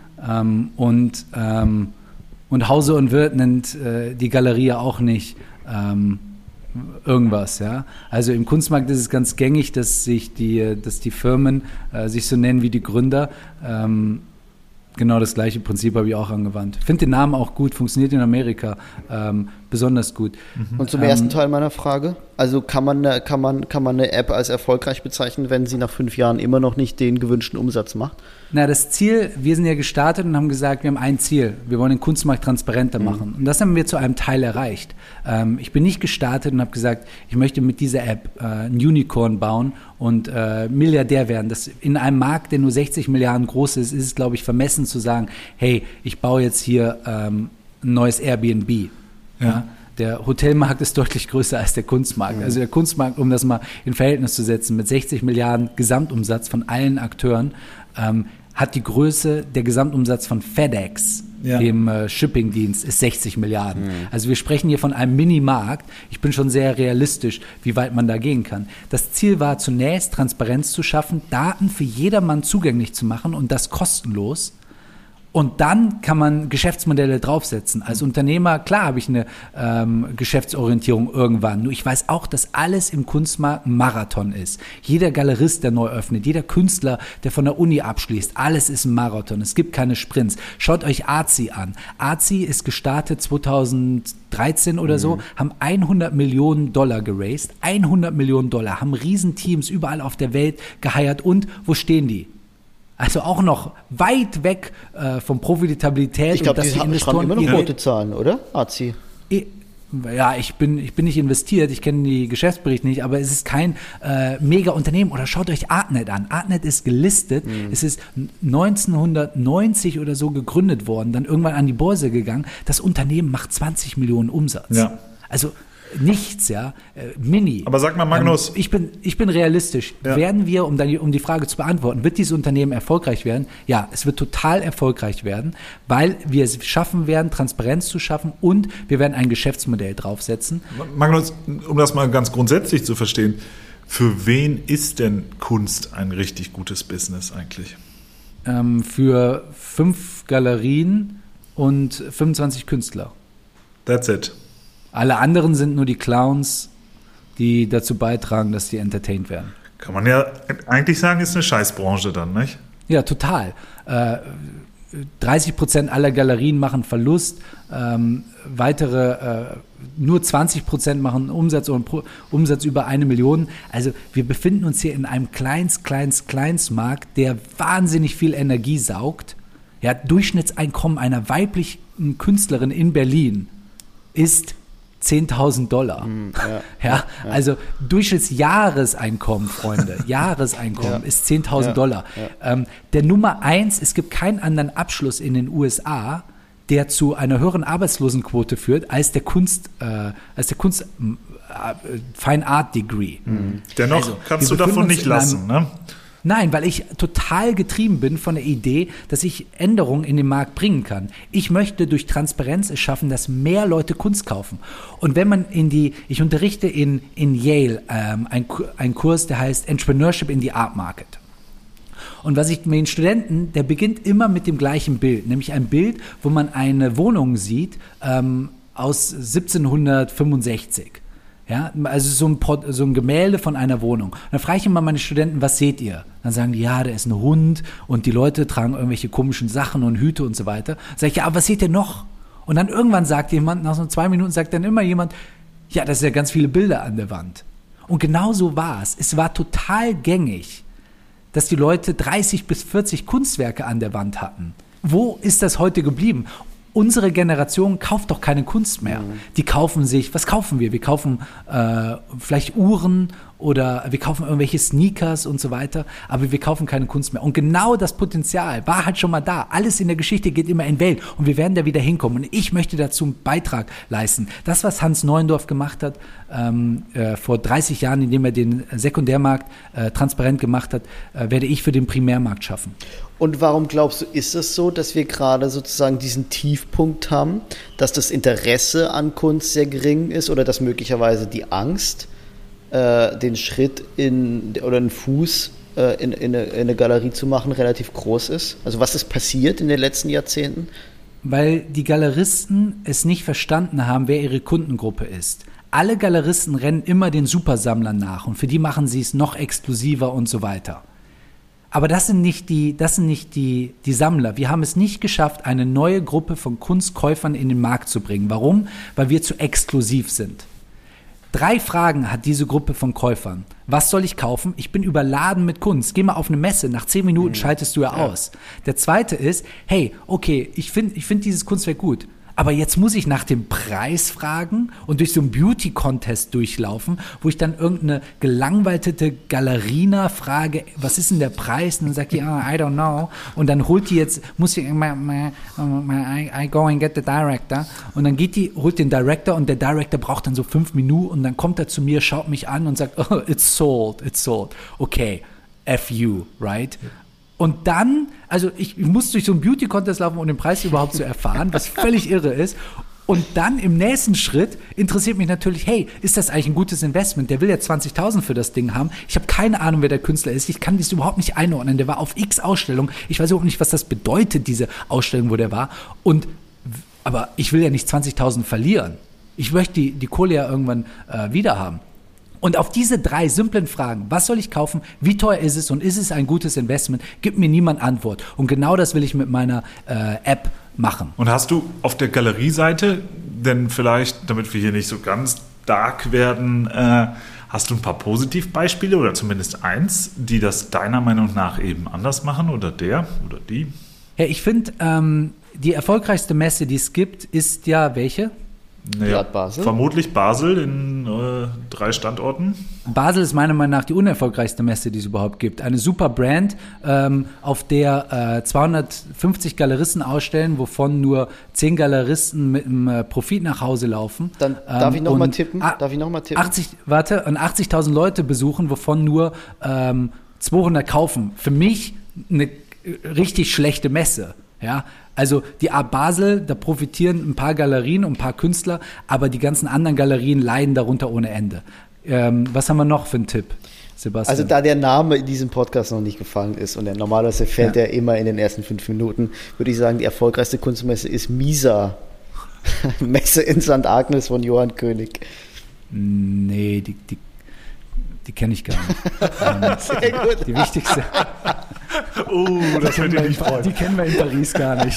und Hause und Wirth nennt die Galerie ja auch nicht irgendwas, ja. Also im Kunstmarkt ist es ganz gängig, dass die Firmen sich so nennen wie die Gründer. Genau das gleiche Prinzip habe ich auch angewandt. Finde den Namen auch gut, funktioniert in Amerika besonders gut. Und zum ersten Teil meiner Frage, also kann man eine App als erfolgreich bezeichnen, wenn sie nach 5 Jahren immer noch nicht den gewünschten Umsatz macht? Na, das Ziel, wir sind ja gestartet und haben gesagt, wir haben ein Ziel, wir wollen den Kunstmarkt transparenter machen. Und das haben wir zu einem Teil erreicht. Ich bin nicht gestartet und habe gesagt, ich möchte mit dieser App ein Unicorn bauen und Milliardär werden. Das in einem Markt, der nur 60 Milliarden groß ist, ist es, glaube ich, vermessen zu sagen, hey, ich baue jetzt hier ein neues Airbnb. Ja. Der Hotelmarkt ist deutlich größer als der Kunstmarkt. Also der Kunstmarkt, um das mal in Verhältnis zu setzen, mit 60 Milliarden Gesamtumsatz von allen Akteuren, hat die Größe, der Gesamtumsatz von FedEx, dem Shippingdienst, ist 60 Milliarden. Also wir sprechen hier von einem Minimarkt. Ich bin schon sehr realistisch, wie weit man da gehen kann. Das Ziel war zunächst, Transparenz zu schaffen, Daten für jedermann zugänglich zu machen und das kostenlos. Und dann kann man Geschäftsmodelle draufsetzen. Als Unternehmer, klar habe ich eine Geschäftsorientierung irgendwann. Nur ich weiß auch, dass alles im Kunstmarkt ein Marathon ist. Jeder Galerist, der neu öffnet, jeder Künstler, der von der Uni abschließt, alles ist ein Marathon. Es gibt keine Sprints. Schaut euch Artsy an. Artsy ist gestartet 2013 oder so, haben $100 Millionen geraced. $100 Millionen, haben Riesenteams überall auf der Welt geheiert. Und wo stehen die? Also auch noch weit weg von Profitabilität. Ich glaube, die schreiben immer noch rote Zahlen, oder? Artsy. Ja, ich bin nicht investiert, ich kenne die Geschäftsberichte nicht, aber es ist kein Mega-Unternehmen. Oder schaut euch Artnet an. Artnet ist gelistet, es ist 1990 oder so gegründet worden, dann irgendwann an die Börse gegangen. Das Unternehmen macht 20 Millionen Umsatz. Ja. Also nichts, mini. Aber sag mal, Magnus. Ich bin realistisch. Ja. Werden wir, um die Frage zu beantworten, wird dieses Unternehmen erfolgreich werden? Ja, es wird total erfolgreich werden, weil wir es schaffen werden, Transparenz zu schaffen und wir werden ein Geschäftsmodell draufsetzen. Magnus, um das mal ganz grundsätzlich zu verstehen, für wen ist denn Kunst ein richtig gutes Business eigentlich? Für 5 Galerien und 25 Künstler. That's it. Alle anderen sind nur die Clowns, die dazu beitragen, dass die entertained werden. Kann man ja eigentlich sagen, ist eine Scheißbranche dann, nicht? Ja, total. 30% aller Galerien machen Verlust, nur 20% machen Umsatz oder Umsatz über 1 Million. Also wir befinden uns hier in einem Kleinstmarkt, der wahnsinnig viel Energie saugt. Ja, Durchschnittseinkommen einer weiblichen Künstlerin in Berlin ist $10.000. Also Durchschnittsjahreseinkommen, Freunde, ist $10.000. Der Nummer 1, es gibt keinen anderen Abschluss in den USA, der zu einer höheren Arbeitslosenquote führt als der Kunst Fine Art Degree. Dennoch also, kannst du davon nicht lassen, ne? Nein, weil ich total getrieben bin von der Idee, dass ich Änderungen in den Markt bringen kann. Ich möchte durch Transparenz es schaffen, dass mehr Leute Kunst kaufen. Und wenn man ich unterrichte in Yale einen Kurs, der heißt Entrepreneurship in the Art Market. Und was ich mit den Studenten, der beginnt immer mit dem gleichen Bild, nämlich ein Bild, wo man eine Wohnung sieht aus 1765. Ja, also so ein Gemälde von einer Wohnung. Und dann frage ich immer meine Studenten, was seht ihr? Dann sagen die, ja, da ist ein Hund und die Leute tragen irgendwelche komischen Sachen und Hüte und so weiter. Sag ich, ja, aber was seht ihr noch? Und dann irgendwann sagt jemand, nach so 2 Minuten sagt dann immer jemand, ja, das sind ja ganz viele Bilder an der Wand. Und genau so war es. Es war total gängig, dass die Leute 30 bis 40 Kunstwerke an der Wand hatten. Wo ist das heute geblieben? Unsere Generation kauft doch keine Kunst mehr. Die kaufen sich, was kaufen wir? Wir kaufen vielleicht Uhren oder wir kaufen irgendwelche Sneakers und so weiter, aber wir kaufen keine Kunst mehr. Und genau das Potenzial war halt schon mal da. Alles in der Geschichte geht immer in Welt und wir werden da wieder hinkommen. Und ich möchte dazu einen Beitrag leisten. Das, was Hans Neuendorf gemacht hat vor 30 Jahren, indem er den Sekundärmarkt transparent gemacht hat, werde ich für den Primärmarkt schaffen. Und warum glaubst du, ist es so, dass wir gerade sozusagen diesen Tiefpunkt haben, dass das Interesse an Kunst sehr gering ist oder dass möglicherweise die Angst, den Schritt oder einen Fuß in eine Galerie zu machen, relativ groß ist? Also was ist passiert in den letzten Jahrzehnten? Weil die Galeristen es nicht verstanden haben, wer ihre Kundengruppe ist. Alle Galeristen rennen immer den Supersammlern nach und für die machen sie es noch exklusiver und so weiter. Aber das sind nicht die Sammler. Wir haben es nicht geschafft, eine neue Gruppe von Kunstkäufern in den Markt zu bringen. Warum? Weil wir zu exklusiv sind. 3 Fragen hat diese Gruppe von Käufern. Was soll ich kaufen? Ich bin überladen mit Kunst. Geh mal auf eine Messe, nach 10 Minuten schaltest du ja aus. Der zweite ist, hey, okay, ich find dieses Kunstwerk gut, Aber jetzt muss ich nach dem Preis fragen und durch so einen Beauty-Contest durchlaufen, wo ich dann irgendeine gelangweiltete Galerina frage, was ist denn der Preis? Und dann sagt die, I don't know. Und dann holt die jetzt, muss ich, I go and get the director. Und dann holt den Director und der Director braucht dann so 5 Minuten und dann kommt er zu mir, schaut mich an und sagt, oh, it's sold. Okay, F you, right? Und dann, also ich muss durch so einen Beauty-Contest laufen, um den Preis überhaupt zu erfahren, was völlig irre ist. Und dann im nächsten Schritt interessiert mich natürlich, hey, ist das eigentlich ein gutes Investment? Der will ja 20.000 für das Ding haben. Ich habe keine Ahnung, wer der Künstler ist. Ich kann das überhaupt nicht einordnen. Der war auf X Ausstellung. Ich weiß überhaupt nicht, was das bedeutet, diese Ausstellung, wo der war. Aber ich will ja nicht 20.000 verlieren. Ich möchte die Kohle ja irgendwann wieder haben. Und auf diese 3 simplen Fragen, was soll ich kaufen, wie teuer ist es und ist es ein gutes Investment, gibt mir niemand Antwort. Und genau das will ich mit meiner App machen. Und hast du auf der Galerieseite, denn vielleicht, damit wir hier nicht so ganz dark werden, hast du ein paar Positivbeispiele oder zumindest eins, die das deiner Meinung nach eben anders machen oder der oder die? Ja, ich finde, die erfolgreichste Messe, die es gibt, ist ja welche? Naja, Basel? Vermutlich Basel in 3 Standorten. Basel ist meiner Meinung nach die unerfolgreichste Messe, die es überhaupt gibt. Eine super Brand, auf der 250 Galeristen ausstellen, wovon nur 10 Galeristen mit einem Profit nach Hause laufen. Dann darf ich nochmal tippen? 80.000 Leute besuchen, wovon nur 200 kaufen. Für mich eine richtig schlechte Messe. Ja, also die Art Basel, da profitieren ein paar Galerien und ein paar Künstler, aber die ganzen anderen Galerien leiden darunter ohne Ende. Was haben wir noch für einen Tipp, Sebastian? Also da der Name in diesem Podcast noch nicht gefallen ist und normalerweise fällt er immer in den ersten 5 Minuten, würde ich sagen, die erfolgreichste Kunstmesse ist Misa, Messe in St. Agnes von Johann König. Nee, die kenne ich gar nicht. Sehr gut. Die wichtigste. Das wird dir nicht freuen. Die kennen wir in Paris gar nicht.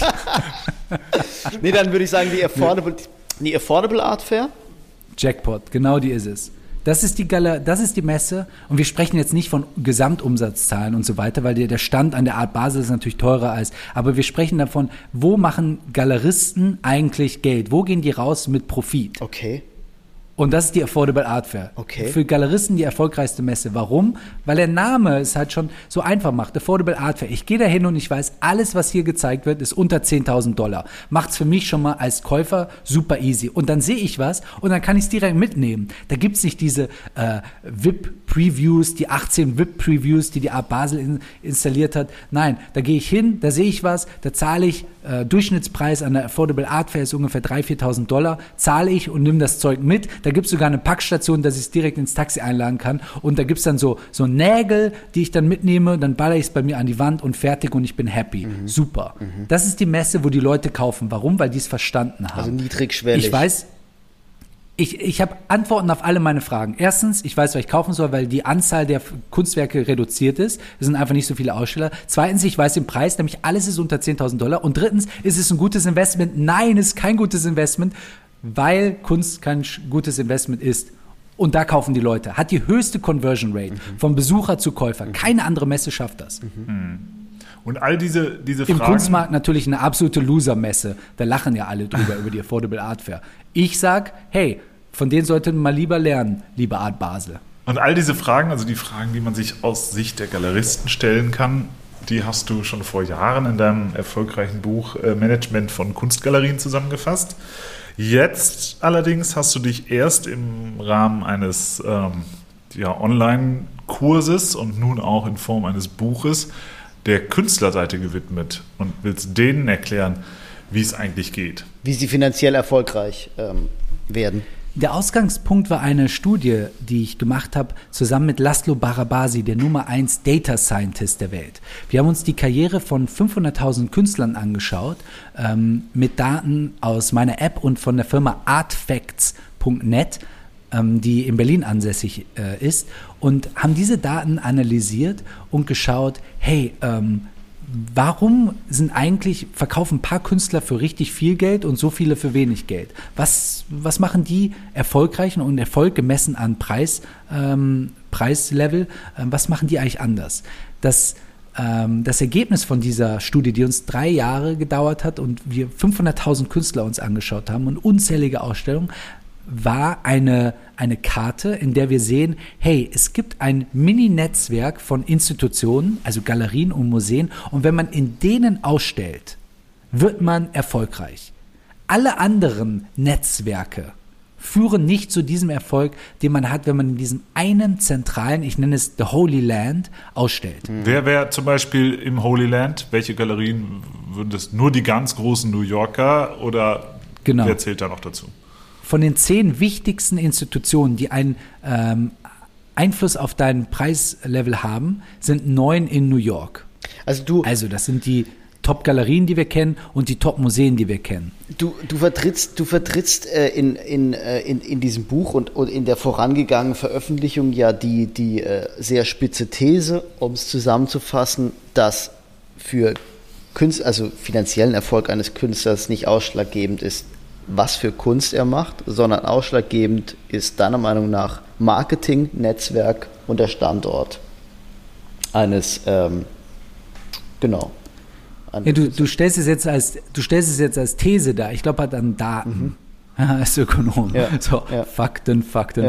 Nee, dann würde ich sagen, die Affordable Art Fair. Jackpot, genau die ist es. Das ist die Messe und wir sprechen jetzt nicht von Gesamtumsatzzahlen und so weiter, weil der Stand an der Art Basel ist natürlich teurer aber wir sprechen davon, wo machen Galeristen eigentlich Geld? Wo gehen die raus mit Profit? Okay. Und das ist die Affordable Art Fair. Okay. Für Galeristen die erfolgreichste Messe. Warum? Weil der Name es halt schon so einfach macht. Affordable Art Fair. Ich gehe da hin und ich weiß, alles, was hier gezeigt wird, ist unter $10.000. Macht's für mich schon mal als Käufer super easy. Und dann sehe ich was und dann kann ich es direkt mitnehmen. Da gibt's nicht diese VIP-Previews, die 18 VIP-Previews, die Art Basel installiert hat. Nein, da gehe ich hin, da sehe ich was, da zahle ich, Durchschnittspreis an der Affordable Art Fair ist ungefähr $3.000, $4.000, zahle ich und nehme das Zeug mit. Da gibt es sogar eine Packstation, dass ich es direkt ins Taxi einladen kann. Und da gibt es dann so Nägel, die ich dann mitnehme, dann baller ich es bei mir an die Wand und fertig und ich bin happy. Super. Das ist die Messe, wo die Leute kaufen. Warum? Weil die es verstanden haben. Also niedrigschwellig. Ich weiß, ich habe Antworten auf alle meine Fragen. Erstens, ich weiß, was ich kaufen soll, weil die Anzahl der Kunstwerke reduziert ist. Es sind einfach nicht so viele Aussteller. Zweitens, ich weiß den Preis, nämlich alles ist unter $10.000. Und drittens, ist es ein gutes Investment? Nein, es ist kein gutes Investment, weil Kunst kein gutes Investment ist. Und da kaufen die Leute. Hat die höchste Conversion Rate vom Besucher zu Käufer. Keine andere Messe schafft das. Und all diese Fragen... Im Kunstmarkt natürlich eine absolute Loser-Messe. Da lachen ja alle drüber, über die Affordable Art Fair. Ich sag, hey, von denen sollte man mal lieber lernen, liebe Art Basel. Und all diese Fragen, also die Fragen, die man sich aus Sicht der Galeristen stellen kann, die hast du schon vor Jahren in deinem erfolgreichen Buch Management von Kunstgalerien zusammengefasst. Jetzt allerdings hast du dich erst im Rahmen eines Online-Kurses und nun auch in Form eines Buches der Künstlerseite gewidmet und willst denen erklären, wie es eigentlich geht. Wie sie finanziell erfolgreich werden. Der Ausgangspunkt war eine Studie, die ich gemacht habe, zusammen mit Laszlo Barabasi, der Nummer 1 Data Scientist der Welt. Wir haben uns die Karriere von 500.000 Künstlern angeschaut, mit Daten aus meiner App und von der Firma artfacts.net, die in Berlin ansässig ist, und haben diese Daten analysiert und geschaut, hey, warum verkaufen ein paar Künstler für richtig viel Geld und so viele für wenig Geld? Was machen die erfolgreichen und Erfolg gemessen an Preislevel? Was machen die eigentlich anders? Das das Ergebnis von dieser Studie, die uns 3 Jahre gedauert hat und wir 500.000 Künstler uns angeschaut haben und unzählige Ausstellungen, war eine Karte, in der wir sehen, hey, es gibt ein Mini-Netzwerk von Institutionen, also Galerien und Museen, und wenn man in denen ausstellt, wird man erfolgreich. Alle anderen Netzwerke führen nicht zu diesem Erfolg, den man hat, wenn man in diesem einen zentralen, ich nenne es The Holy Land, ausstellt. Wer wäre zum Beispiel im Holy Land? Welche Galerien würden das? Nur die ganz großen New Yorker oder wer zählt da noch dazu? Von den 10 wichtigsten Institutionen, die einen Einfluss auf dein Preislevel haben, sind 9 in New York. Also das sind die Top-Galerien, die wir kennen und die Top-Museen, die wir kennen. Du vertrittst in diesem Buch und in der vorangegangenen Veröffentlichung ja die sehr spitze These, um es zusammenzufassen, dass für finanziellen Erfolg eines Künstlers nicht ausschlaggebend ist, was für Kunst er macht, sondern ausschlaggebend ist deiner Meinung nach Marketing, Netzwerk und der Standort eines, Ja, du stellst es jetzt als These dar. Ich glaube, hat an Daten als Ökonom. Ja, Fakten.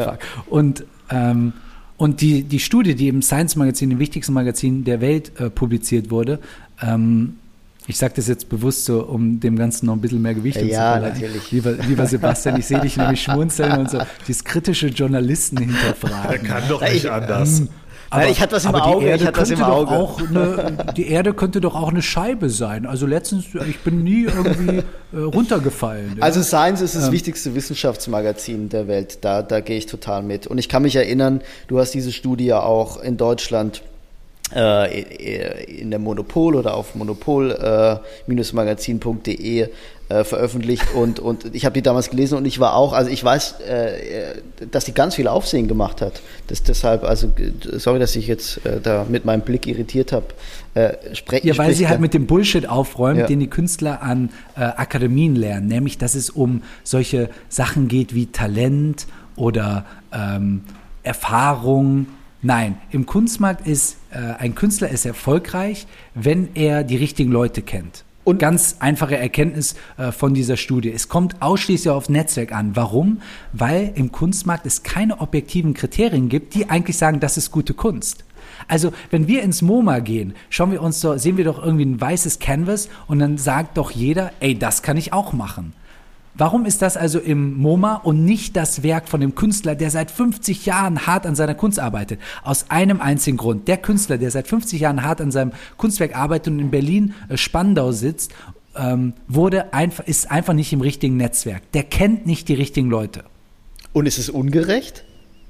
Und die Studie, die im Science-Magazin, dem wichtigsten Magazin der Welt, publiziert wurde, ich sage das jetzt bewusst so, um dem Ganzen noch ein bisschen mehr Gewicht zu verleihen. Natürlich. Lieber Sebastian, ich sehe dich nämlich schmunzeln und so dieses kritische Journalisten hinterfragen. Der kann doch nicht anders. Aber ich hatte das im Auge. Die Erde könnte doch auch eine Scheibe sein. Also letztens, ich bin nie irgendwie runtergefallen. Ja? Also Science ist das wichtigste Wissenschaftsmagazin der Welt. Da gehe ich total mit. Und ich kann mich erinnern, du hast diese Studie ja auch in Deutschland in der Monopol oder auf monopol-magazin.de veröffentlicht und ich habe die damals gelesen und ich war auch, also ich weiß, dass die ganz viel Aufsehen gemacht hat. Deshalb, also sorry, dass ich jetzt da mit meinem Blick irritiert habe. Weil sie halt mit dem Bullshit aufräumt, den die Künstler an Akademien lernen, nämlich dass es um solche Sachen geht wie Talent oder Erfahrung. Nein, im Kunstmarkt ist ein Künstler ist erfolgreich, wenn er die richtigen Leute kennt. Und ganz einfache Erkenntnis von dieser Studie. Es kommt ausschließlich auf Netzwerk an. Warum? Weil im Kunstmarkt es keine objektiven Kriterien gibt, die eigentlich sagen, das ist gute Kunst. Also, wenn wir ins MoMA gehen, sehen wir doch irgendwie ein weißes Canvas und dann sagt doch jeder, ey, das kann ich auch machen. Warum ist das also im MoMA und nicht das Werk von dem Künstler, der seit 50 Jahren hart an seiner Kunst arbeitet? Aus einem einzigen Grund. Der Künstler, der seit 50 Jahren hart an seinem Kunstwerk arbeitet und in Berlin Spandau sitzt, ist einfach nicht im richtigen Netzwerk. Der kennt nicht die richtigen Leute. Und ist es ungerecht?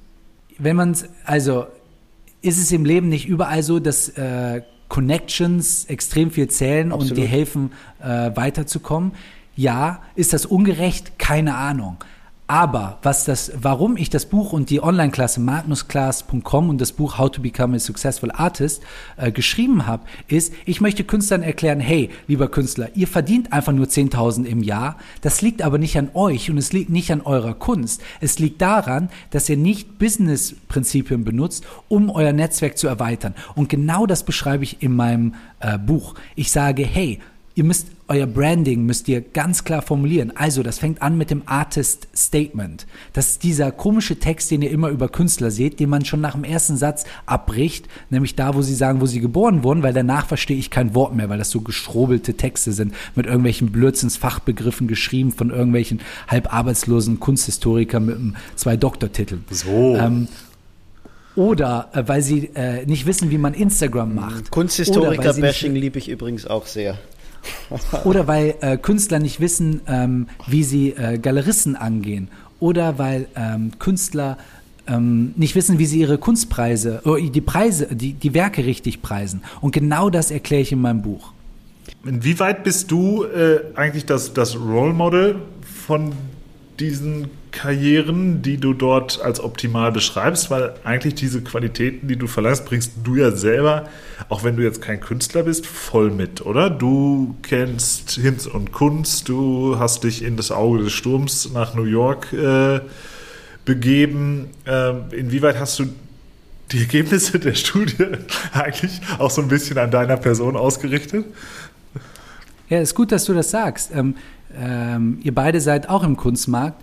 Ist es im Leben nicht überall so, dass Connections extrem viel zählen und dir helfen, weiterzukommen? Ja, ist das ungerecht? Keine Ahnung. Aber warum ich das Buch und die Online-Klasse magnusclass.com und das Buch How to Become a Successful Artist geschrieben habe, ist, ich möchte Künstlern erklären, hey, lieber Künstler, ihr verdient einfach nur 10.000 im Jahr. Das liegt aber nicht an euch und es liegt nicht an eurer Kunst. Es liegt daran, dass ihr nicht Business-Prinzipien benutzt, um euer Netzwerk zu erweitern. Und genau das beschreibe ich in meinem Buch. Ich sage, hey, euer Branding müsst ihr ganz klar formulieren. Also, das fängt an mit dem Artist Statement. Das ist dieser komische Text, den ihr immer über Künstler seht, den man schon nach dem ersten Satz abbricht, nämlich da, wo sie sagen, wo sie geboren wurden, weil danach verstehe ich kein Wort mehr, weil das so geschrobelte Texte sind, mit irgendwelchen Blödsinnsfachbegriffen geschrieben von irgendwelchen halb arbeitslosen Kunsthistorikern mit 2 Doktortiteln. So. Oder weil sie nicht wissen, wie man Instagram macht. Kunsthistoriker-Bashing liebe ich übrigens auch sehr. Oder weil Künstler nicht wissen, wie sie Galeristen angehen. Oder weil Künstler nicht wissen, wie sie ihre Kunstpreise, die Werke richtig preisen. Und genau das erkläre ich in meinem Buch. Inwieweit bist du eigentlich das Role Model von diesen Karrieren, die du dort als optimal beschreibst? Weil eigentlich diese Qualitäten, die du verlangst, bringst du ja selber, auch wenn du jetzt kein Künstler bist, voll mit, oder? Du kennst Hinz und Kunst, du hast dich in das Auge des Sturms nach New York begeben. Inwieweit hast du die Ergebnisse der Studie eigentlich auch so ein bisschen an deiner Person ausgerichtet? Ja, ist gut, dass du das sagst. Ihr beide seid auch im Kunstmarkt.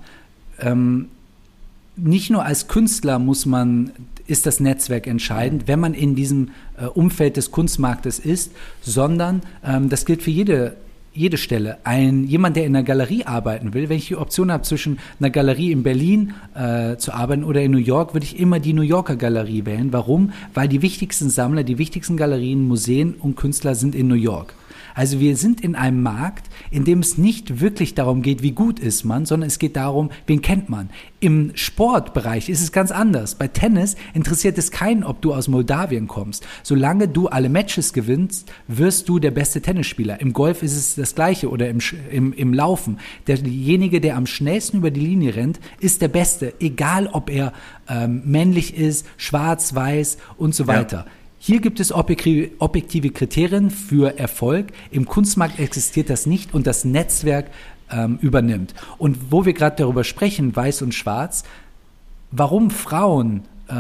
Nicht nur als Künstler ist das Netzwerk entscheidend, wenn man in diesem Umfeld des Kunstmarktes ist, sondern das gilt für jede Stelle. Jemand, der in einer Galerie arbeiten will, wenn ich die Option habe, zwischen einer Galerie in Berlin zu arbeiten oder in New York, würde ich immer die New Yorker Galerie wählen. Warum? Weil die wichtigsten Sammler, die wichtigsten Galerien, Museen und Künstler sind in New York. Also wir sind in einem Markt, in dem es nicht wirklich darum geht, wie gut ist man, sondern es geht darum, wen kennt man. Im Sportbereich ist es ganz anders. Bei Tennis interessiert es keinen, ob du aus Moldawien kommst. Solange du alle Matches gewinnst, wirst du der beste Tennisspieler. Im Golf ist es das Gleiche oder im Laufen. Derjenige, der am schnellsten über die Linie rennt, ist der Beste, egal ob er männlich ist, schwarz, weiß und so weiter. Ja. Hier gibt es objektive Kriterien für Erfolg. Im Kunstmarkt existiert das nicht und das Netzwerk übernimmt. Und wo wir gerade darüber sprechen, weiß und schwarz, warum Frauen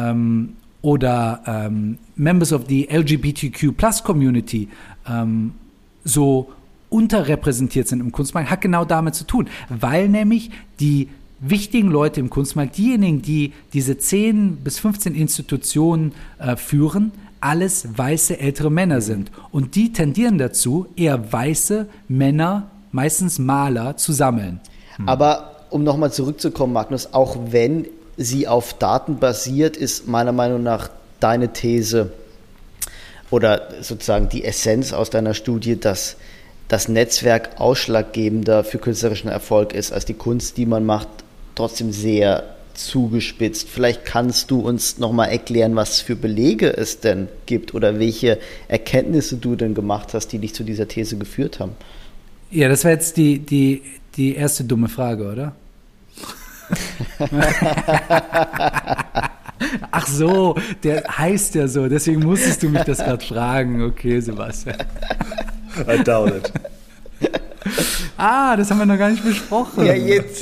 oder Members of the LGBTQ+Community so unterrepräsentiert sind im Kunstmarkt, hat genau damit zu tun. Weil nämlich die wichtigen Leute im Kunstmarkt, diejenigen, die diese 10 bis 15 Institutionen führen, alles weiße ältere Männer sind. Und die tendieren dazu, eher weiße Männer, meistens Maler, zu sammeln. Aber um nochmal zurückzukommen, Magnus, auch wenn sie auf Daten basiert, ist meiner Meinung nach deine These oder sozusagen die Essenz aus deiner Studie, dass das Netzwerk ausschlaggebender für künstlerischen Erfolg ist als die Kunst, die man macht, trotzdem sehr zugespitzt. Vielleicht kannst du uns nochmal erklären, was für Belege es denn gibt oder welche Erkenntnisse du denn gemacht hast, die dich zu dieser These geführt haben. Ja, das war jetzt die erste dumme Frage, oder? Ach so, der heißt ja so, deswegen musstest du mich das gerade fragen. Okay, Sebastian. I doubt it. Das haben wir noch gar nicht besprochen. Ja, jetzt.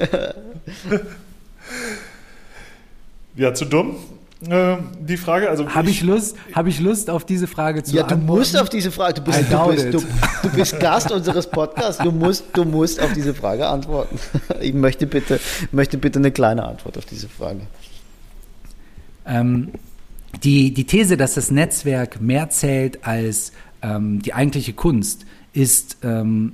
Ja, zu dumm. Die Frage, also habe ich Lust auf diese Frage zu antworten? Ja, du musst auf diese Frage, du bist Gast unseres Podcasts, du musst auf diese Frage antworten. Ich möchte bitte eine kleine Antwort auf diese Frage. Die These, dass das Netzwerk mehr zählt als die eigentliche Kunst, ist ein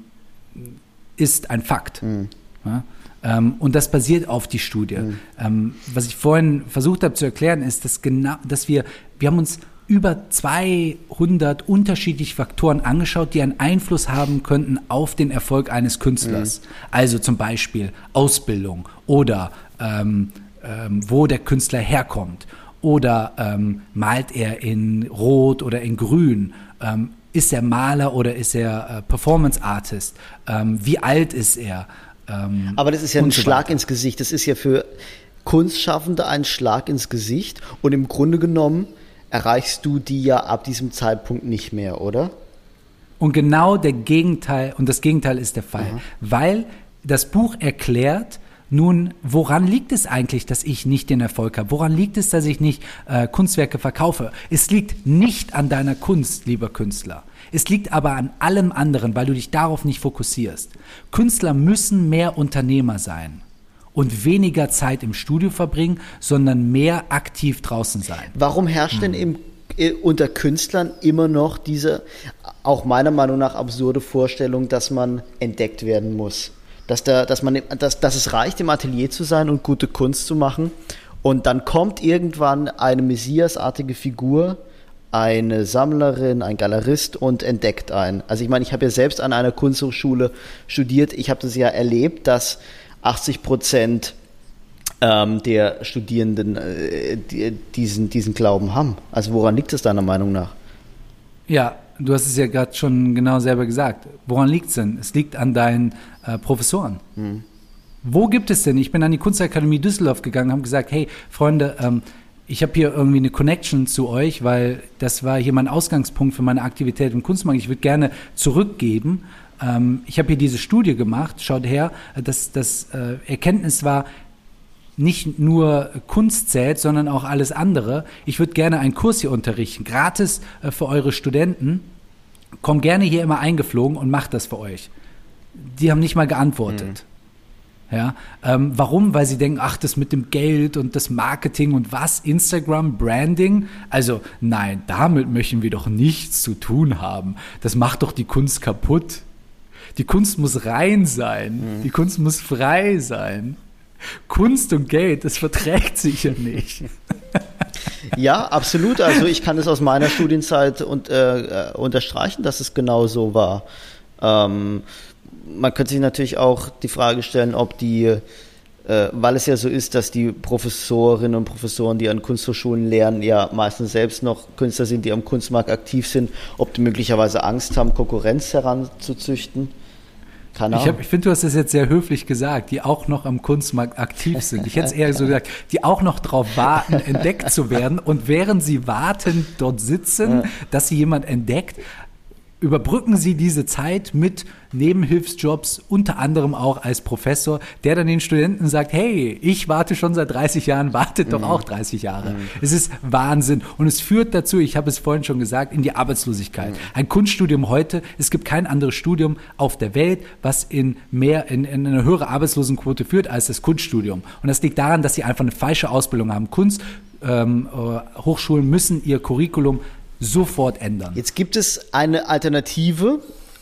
Fakt. Ja? Und das basiert auf die Studie. Was ich vorhin versucht habe zu erklären, ist, dass wir haben uns über 200 unterschiedliche Faktoren angeschaut, die einen Einfluss haben könnten auf den Erfolg eines Künstlers. Also zum Beispiel Ausbildung oder wo der Künstler herkommt oder malt er in Rot oder in Grün, ist er Maler oder ist er Performance Artist, wie alt ist er? Aber das ist ja ein Schlag ins Gesicht. Das ist ja für Kunstschaffende ein Schlag ins Gesicht. Und im Grunde genommen erreichst du die ja ab diesem Zeitpunkt nicht mehr, oder? Und genau das Gegenteil ist der Fall. Weil das Buch erklärt, nun, woran liegt es eigentlich, dass ich nicht den Erfolg habe? Woran liegt es, dass ich nicht Kunstwerke verkaufe? Es liegt nicht an deiner Kunst, lieber Künstler. Es liegt aber an allem anderen, weil du dich darauf nicht fokussierst. Künstler müssen mehr Unternehmer sein und weniger Zeit im Studio verbringen, sondern mehr aktiv draußen sein. Warum herrscht denn unter Künstlern immer noch diese, auch meiner Meinung nach absurde Vorstellung, dass man entdeckt werden muss? Dass es reicht, im Atelier zu sein und gute Kunst zu machen und dann kommt irgendwann eine Messiasartige Figur, eine Sammlerin, ein Galerist und entdeckt einen. Also ich meine, ich habe ja selbst an einer Kunsthochschule studiert. Ich habe das ja erlebt, dass 80% der Studierenden diesen Glauben haben. Also woran liegt es deiner Meinung nach? Ja, du hast es ja gerade schon genau selber gesagt. Woran liegt es denn? Es liegt an deinen Professoren. Wo gibt es denn? Ich bin an die Kunstakademie Düsseldorf gegangen und habe gesagt, hey, Freunde, ich habe hier irgendwie eine Connection zu euch, weil das war hier mein Ausgangspunkt für meine Aktivität im Kunstmarkt. Ich würde gerne zurückgeben. Ich habe hier diese Studie gemacht, schaut her, das Erkenntnis war, nicht nur Kunst zählt, sondern auch alles andere. Ich würde gerne einen Kurs hier unterrichten, gratis für eure Studenten. Komm gerne hier immer eingeflogen und macht das für euch. Die haben nicht mal geantwortet. Ja, warum? Weil sie denken, ach, das mit dem Geld und das Marketing und was, Instagram, Branding, also nein, damit möchten wir doch nichts zu tun haben. Das macht doch die Kunst kaputt. Die Kunst muss rein sein, die Kunst muss frei sein. Kunst und Geld, das verträgt sich ja nicht. Ja, absolut. Also ich kann es aus meiner Studienzeit unterstreichen, dass es genau so war. Man könnte sich natürlich auch die Frage stellen, ob weil es ja so ist, dass die Professorinnen und Professoren, die an Kunsthochschulen lehren, ja meistens selbst noch Künstler sind, die am Kunstmarkt aktiv sind, ob die möglicherweise Angst haben, Konkurrenz heranzuzüchten. Ich finde, du hast es jetzt sehr höflich gesagt, die auch noch am Kunstmarkt aktiv sind. Ich hätte es eher so gesagt, die auch noch darauf warten, entdeckt zu werden und während sie warten, dort sitzen, dass sie jemand entdeckt, überbrücken Sie diese Zeit mit Nebenhilfsjobs, unter anderem auch als Professor, der dann den Studenten sagt, hey, ich warte schon seit 30 Jahren, wartet doch auch 30 Jahre. Es ist Wahnsinn und es führt dazu, ich habe es vorhin schon gesagt, in die Arbeitslosigkeit. Ein Kunststudium heute, es gibt kein anderes Studium auf der Welt, was in eine höhere Arbeitslosenquote führt als das Kunststudium. Und das liegt daran, dass sie einfach eine falsche Ausbildung haben. Hochschulen müssen ihr Curriculum sofort ändern. Jetzt gibt es eine Alternative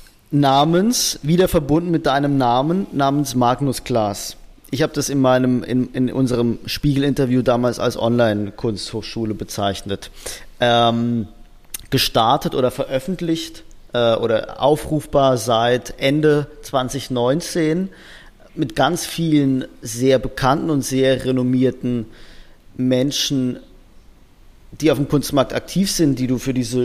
wieder verbunden mit deinem Namen, namens Magnus Class. Ich habe das in unserem Spiegel-Interview damals als Online-Kunsthochschule bezeichnet. Gestartet oder veröffentlicht oder aufrufbar seit Ende 2019 mit ganz vielen sehr bekannten und sehr renommierten Menschen, die auf dem Kunstmarkt aktiv sind, die du für diese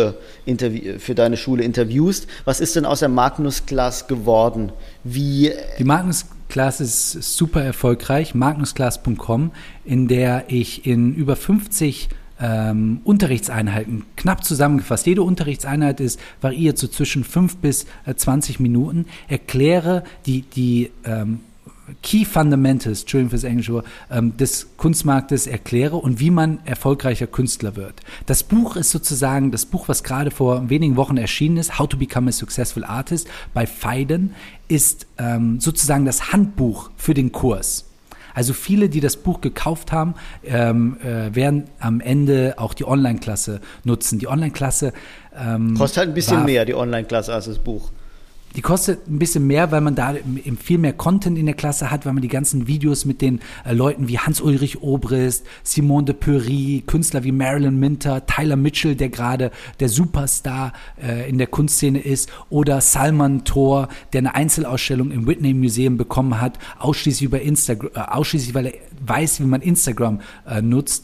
für deine Schule interviewst. Was ist denn aus der Magnus Class geworden? Die Magnus Class ist super erfolgreich, magnusclass.com, in der ich in über 50 Unterrichtseinheiten, knapp zusammengefasst, jede Unterrichtseinheit variiert so zwischen 5 bis 20 Minuten, erkläre die Key Fundamentals, Entschuldigung fürs Englische Wort, des Kunstmarktes erkläre und wie man erfolgreicher Künstler wird. Das Buch ist sozusagen das Buch, was gerade vor wenigen Wochen erschienen ist, How to Become a Successful Artist bei Phaidon, ist sozusagen das Handbuch für den Kurs. Also viele, die das Buch gekauft haben, werden am Ende auch die Online-Klasse nutzen. Die Online-Klasse kostet halt ein bisschen mehr, die Online-Klasse, als das Buch. Die kostet ein bisschen mehr, weil man da viel mehr Content in der Klasse hat, weil man die ganzen Videos mit den Leuten wie Hans-Ulrich Obrist, Simone de Pury, Künstler wie Marilyn Minter, Tyler Mitchell, der gerade der Superstar in der Kunstszene ist, oder Salman Tor, der eine Einzelausstellung im Whitney Museum bekommen hat, ausschließlich über Instagram, ausschließlich weil er weiß, wie man Instagram nutzt.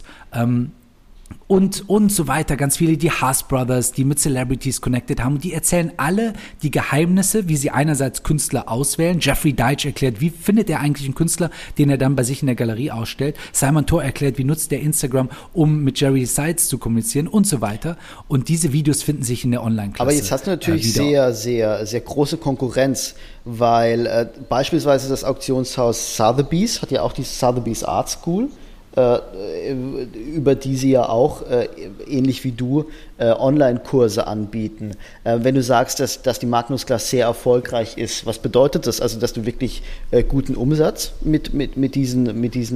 Und so weiter, ganz viele, die Haas Brothers, die mit Celebrities connected haben, und die erzählen alle die Geheimnisse, wie sie einerseits Künstler auswählen. Jeffrey Deitch erklärt, wie findet er eigentlich einen Künstler, den er dann bei sich in der Galerie ausstellt. Simon Tor erklärt, wie nutzt er Instagram, um mit Jerry Seitz zu kommunizieren und so weiter. Und diese Videos finden sich in der Online-Klasse. Aber jetzt hast du natürlich sehr, sehr, sehr große Konkurrenz, weil beispielsweise das Auktionshaus Sotheby's hat ja auch die Sotheby's Art School, über die sie ja auch, ähnlich wie du, Online-Kurse anbieten. Wenn du sagst, dass die Magnus Class sehr erfolgreich ist, was bedeutet das? Also, dass du wirklich guten Umsatz mit dieser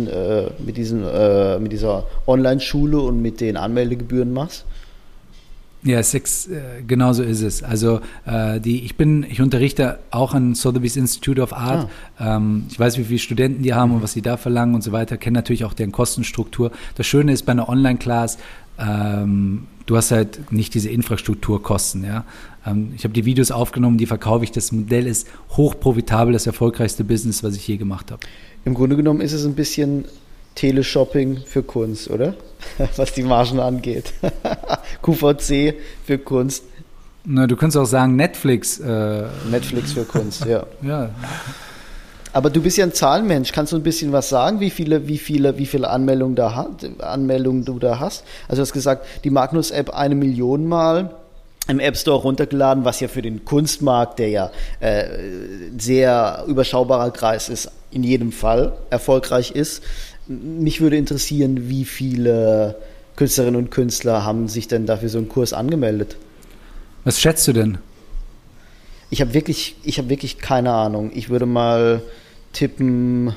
Online-Schule und mit den Anmeldegebühren machst? Ja, genau so ist es. Also ich unterrichte auch an Sotheby's Institute of Art. Ich weiß, wie viele Studenten die haben und was sie da verlangen und so weiter. Kenne natürlich auch deren Kostenstruktur. Das Schöne ist bei einer Online-Class, du hast halt nicht diese Infrastrukturkosten. Ja? Ich habe die Videos aufgenommen, die verkaufe ich. Das Modell ist hochprofitabel, das erfolgreichste Business, was ich je gemacht habe. Im Grunde genommen ist es ein bisschen Teleshopping für Kunst, oder? Was die Margen angeht. QVC für Kunst. Na, du könntest auch sagen Netflix. Netflix für Kunst, ja. Ja. Aber du bist ja ein Zahlenmensch. Kannst du ein bisschen was sagen, wie viele Anmeldungen du da hast? Also du hast gesagt, die Magnus-App 1 Million Mal im App Store runtergeladen, was ja für den Kunstmarkt, der ja sehr überschaubarer Kreis ist, in jedem Fall erfolgreich ist. Mich würde interessieren, wie viele Künstlerinnen und Künstler haben sich denn dafür so einen Kurs angemeldet? Was schätzt du denn? Ich habe wirklich keine Ahnung. Ich würde mal tippen,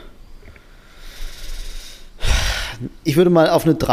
auf eine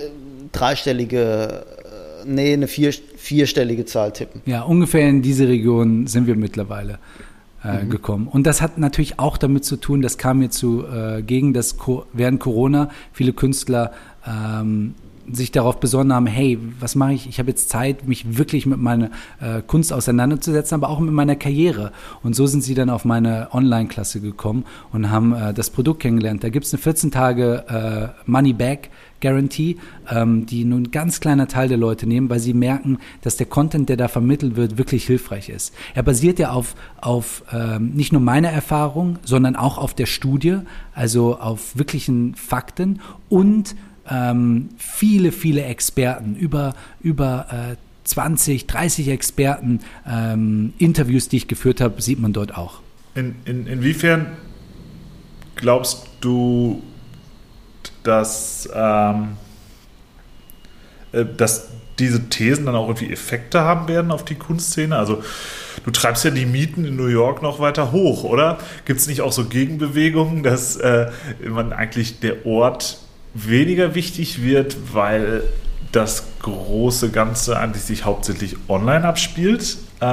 vierstellige Zahl tippen. Ja, ungefähr in diese Region sind wir mittlerweile gekommen. Und das hat natürlich auch damit zu tun, das kam mir gegen, dass während Corona viele Künstler sich darauf besonnen haben, hey, was mache ich? Ich habe jetzt Zeit, mich wirklich mit meiner Kunst auseinanderzusetzen, aber auch mit meiner Karriere. Und so sind sie dann auf meine Online-Klasse gekommen und haben das Produkt kennengelernt. Da gibt es eine 14 Tage Money-Back-Guarantee, die nur ein ganz kleiner Teil der Leute nehmen, weil sie merken, dass der Content, der da vermittelt wird, wirklich hilfreich ist. Er basiert ja auf nicht nur meiner Erfahrung, sondern auch auf der Studie, also auf wirklichen Fakten und viele, viele Experten, über 20, 30 Experten, Interviews, die ich geführt habe, sieht man dort auch. Inwiefern glaubst du, dass diese Thesen dann auch irgendwie Effekte haben werden auf die Kunstszene? Also du treibst ja die Mieten in New York noch weiter hoch, oder? Gibt es nicht auch so Gegenbewegungen, dass man eigentlich der Ort weniger wichtig wird, weil das große Ganze eigentlich sich hauptsächlich online abspielt?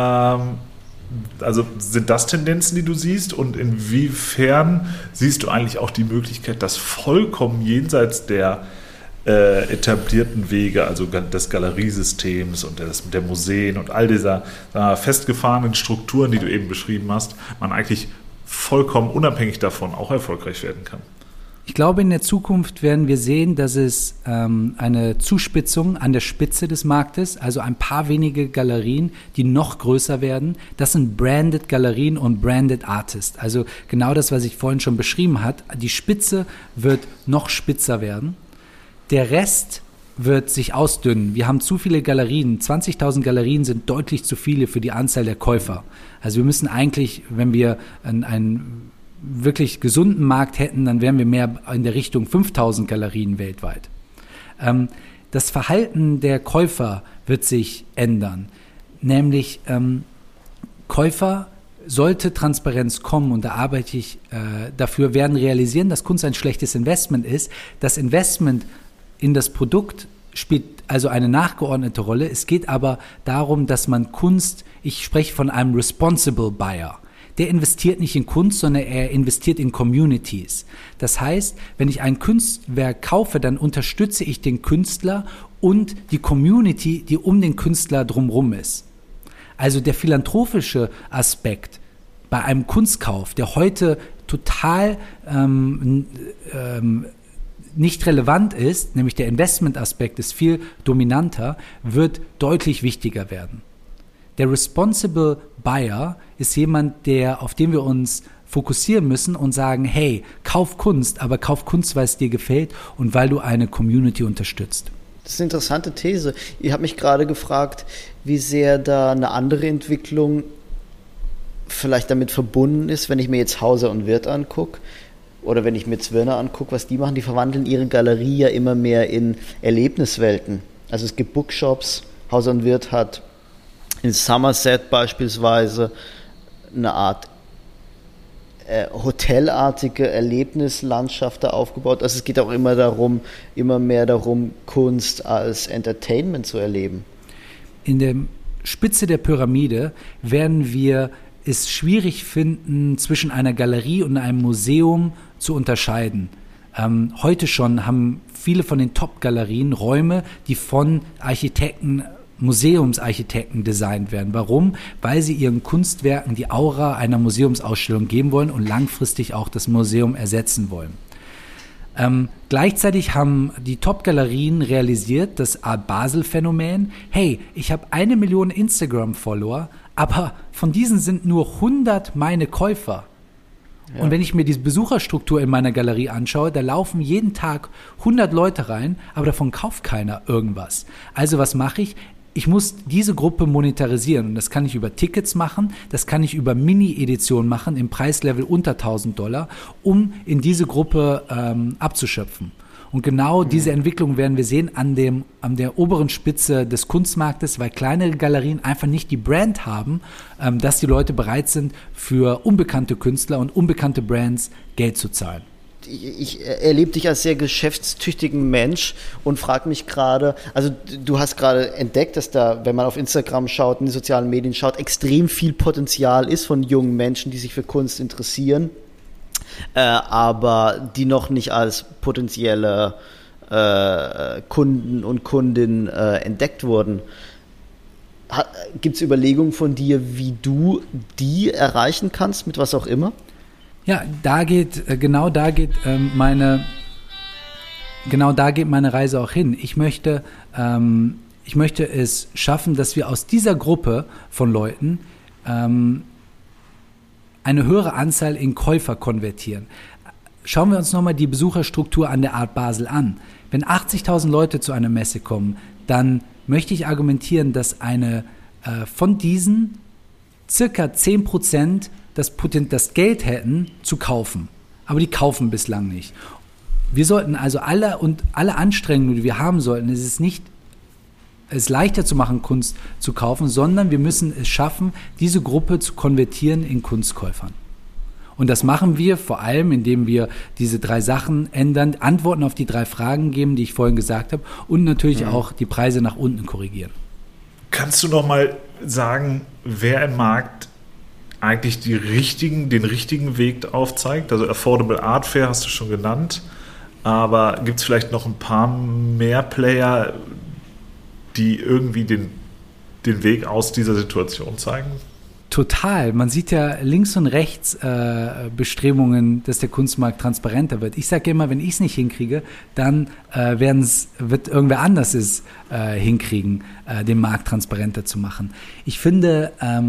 Also sind das Tendenzen, die du siehst? Und inwiefern siehst du eigentlich auch die Möglichkeit, dass vollkommen jenseits der etablierten Wege, also des Galeriesystems und der Museen und all dieser festgefahrenen Strukturen, die du eben beschrieben hast, man eigentlich vollkommen unabhängig davon auch erfolgreich werden kann? Ich glaube, in der Zukunft werden wir sehen, dass es eine Zuspitzung an der Spitze des Marktes, also ein paar wenige Galerien, die noch größer werden. Das sind Branded Galerien und Branded Artists. Also genau das, was ich vorhin schon beschrieben habe. Die Spitze wird noch spitzer werden. Der Rest wird sich ausdünnen. Wir haben zu viele Galerien. 20.000 Galerien sind deutlich zu viele für die Anzahl der Käufer. Also wir müssen eigentlich, wenn wir einen wirklich gesunden Markt hätten, dann wären wir mehr in der Richtung 5.000 Galerien weltweit. Das Verhalten der Käufer wird sich ändern. Nämlich Käufer, sollte Transparenz kommen, und da arbeite ich dafür, werden realisieren, dass Kunst ein schlechtes Investment ist. Das Investment in das Produkt spielt also eine nachgeordnete Rolle. Es geht aber darum, dass man Kunst, ich spreche von einem Responsible Buyer, der investiert nicht in Kunst, sondern er investiert in Communities. Das heißt, wenn ich ein Kunstwerk kaufe, dann unterstütze ich den Künstler und die Community, die um den Künstler drumherum ist. Also der philanthropische Aspekt bei einem Kunstkauf, der heute total nicht relevant ist, nämlich der Investmentaspekt ist viel dominanter, wird deutlich wichtiger werden. Der Responsible Buyer ist jemand, auf den wir uns fokussieren müssen und sagen, hey, kauf Kunst, aber kauf Kunst, weil es dir gefällt und weil du eine Community unterstützt. Das ist eine interessante These. Ich habe mich gerade gefragt, wie sehr da eine andere Entwicklung vielleicht damit verbunden ist, wenn ich mir jetzt Hauser und Wirth angucke oder wenn ich mir Zwirner angucke, was die machen. Die verwandeln ihre Galerie ja immer mehr in Erlebniswelten. Also es gibt Bookshops, Hauser und Wirth hat in Somerset beispielsweise eine Art hotelartige Erlebnislandschaft da aufgebaut. Also es geht auch immer mehr darum, Kunst als Entertainment zu erleben. In der Spitze der Pyramide werden wir es schwierig finden, zwischen einer Galerie und einem Museum zu unterscheiden. Heute schon haben viele von den Top-Galerien Räume, die von Museumsarchitekten designt werden. Warum? Weil sie ihren Kunstwerken die Aura einer Museumsausstellung geben wollen und langfristig auch das Museum ersetzen wollen. Gleichzeitig haben die Top-Galerien realisiert, das Art Basel-Phänomen, hey, ich habe 1 Million Instagram-Follower, aber von diesen sind nur 100 meine Käufer. Ja. Und wenn ich mir die Besucherstruktur in meiner Galerie anschaue, da laufen jeden Tag 100 Leute rein, aber davon kauft keiner irgendwas. Also was mache ich? ich muss diese Gruppe monetarisieren und das kann ich über Tickets machen, das kann ich über Mini-Editionen machen im Preislevel unter $1.000, um in diese Gruppe abzuschöpfen. Und genau diese Entwicklung werden wir sehen an der oberen Spitze des Kunstmarktes, weil kleinere Galerien einfach nicht die Brand haben, dass die Leute bereit sind, für unbekannte Künstler und unbekannte Brands Geld zu zahlen. Ich erlebe dich als sehr geschäftstüchtigen Mensch und frage mich gerade, also du hast gerade entdeckt, dass da, wenn man auf Instagram schaut, in die sozialen Medien schaut, extrem viel Potenzial ist von jungen Menschen, die sich für Kunst interessieren, aber die noch nicht als potenzielle Kunden und Kundinnen entdeckt wurden. Gibt es Überlegungen von dir, wie du die erreichen kannst, mit was auch immer? Ja, genau da geht meine Reise auch hin. Ich möchte es schaffen, dass wir aus dieser Gruppe von Leuten eine höhere Anzahl in Käufer konvertieren. Schauen wir uns nochmal die Besucherstruktur an der Art Basel an. Wenn 80.000 Leute zu einer Messe kommen, dann möchte ich argumentieren, dass von diesen circa 10% das Geld hätten, zu kaufen. Aber die kaufen bislang nicht. Wir sollten also alle Anstrengungen, die wir haben sollten, es leichter zu machen, Kunst zu kaufen, sondern wir müssen es schaffen, diese Gruppe zu konvertieren in Kunstkäufern. Und das machen wir vor allem, indem wir diese 3 Sachen ändern, Antworten auf die 3 Fragen geben, die ich vorhin gesagt habe, und natürlich auch die Preise nach unten korrigieren. Kannst du noch mal sagen, wer im Markt eigentlich den richtigen Weg aufzeigt? Also Affordable Art Fair hast du schon genannt, aber gibt es vielleicht noch ein paar mehr Player, die irgendwie den Weg aus dieser Situation zeigen? Total. Man sieht ja links und rechts Bestrebungen, dass der Kunstmarkt transparenter wird. Ich sage immer, wenn ich es nicht hinkriege, dann wird irgendwer anders es hinkriegen, den Markt transparenter zu machen. Ich finde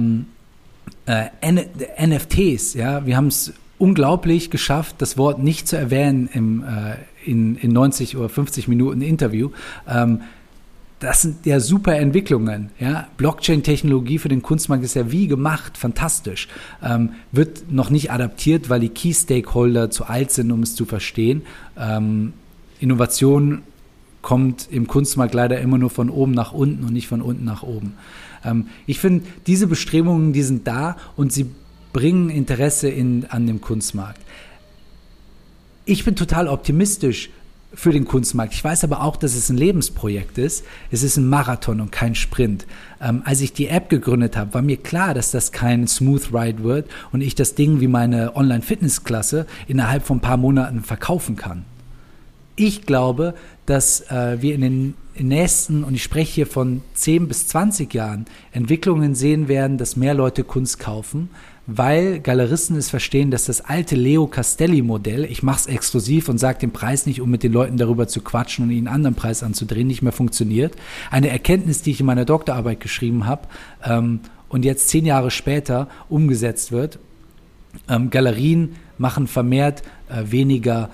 NFTs, ja, wir haben es unglaublich geschafft, das Wort nicht zu erwähnen in 90 oder 50 Minuten Interview. Das sind ja super Entwicklungen. Ja? Blockchain-Technologie für den Kunstmarkt ist ja wie gemacht, fantastisch. Wird noch nicht adaptiert, weil die Key-Stakeholder zu alt sind, um es zu verstehen. Innovation kommt im Kunstmarkt leider immer nur von oben nach unten und nicht von unten nach oben. Ich finde, diese Bestrebungen, die sind da und sie bringen Interesse an dem Kunstmarkt. Ich bin total optimistisch für den Kunstmarkt. Ich weiß aber auch, dass es ein Lebensprojekt ist. Es ist ein Marathon und kein Sprint. Als ich die App gegründet habe, war mir klar, dass das kein Smooth Ride wird und ich das Ding wie meine Online-Fitness-Klasse innerhalb von ein paar Monaten verkaufen kann. Ich glaube, dass wir in den nächsten, und ich spreche hier von 10 bis 20 Jahren, Entwicklungen sehen werden, dass mehr Leute Kunst kaufen, weil Galeristen es verstehen, dass das alte Leo Castelli-Modell, ich mache es exklusiv und sage den Preis nicht, um mit den Leuten darüber zu quatschen und ihnen einen anderen Preis anzudrehen, nicht mehr funktioniert. Eine Erkenntnis, die ich in meiner Doktorarbeit geschrieben habe und jetzt 10 Jahre später umgesetzt wird. Galerien machen vermehrt weniger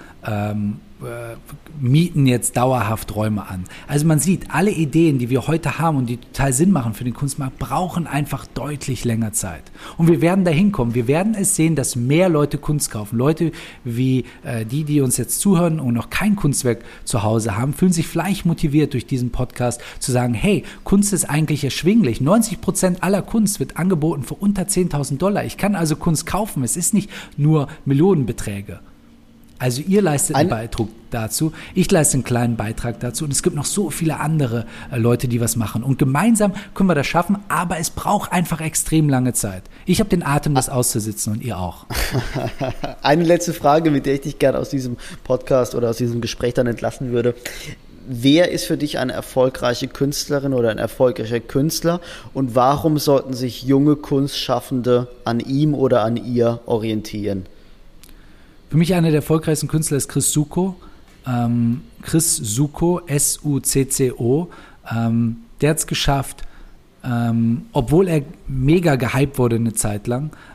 mieten jetzt dauerhaft Räume an. Also man sieht, alle Ideen, die wir heute haben und die total Sinn machen für den Kunstmarkt, brauchen einfach deutlich länger Zeit. Und wir werden dahin kommen. Wir werden es sehen, dass mehr Leute Kunst kaufen. Leute wie die uns jetzt zuhören und noch kein Kunstwerk zu Hause haben, fühlen sich vielleicht motiviert durch diesen Podcast zu sagen, hey, Kunst ist eigentlich erschwinglich. 90% aller Kunst wird angeboten für unter $10.000. Ich kann also Kunst kaufen. Es ist nicht nur Millionenbeträge. Also ihr leistet einen Beitrag dazu, ich leiste einen kleinen Beitrag dazu und es gibt noch so viele andere Leute, die was machen. Und gemeinsam können wir das schaffen, aber es braucht einfach extrem lange Zeit. Ich habe den Atem, das auszusitzen und ihr auch. Eine letzte Frage, mit der ich dich gerne aus diesem Podcast oder aus diesem Gespräch dann entlassen würde. Wer ist für dich eine erfolgreiche Künstlerin oder ein erfolgreicher Künstler und warum sollten sich junge Kunstschaffende an ihm oder an ihr orientieren? Für mich einer der erfolgreichsten Künstler ist Chris Succo. Chris Succo, S-U-C-C-O. Der hat es geschafft, obwohl er mega gehypt wurde eine Zeit lang,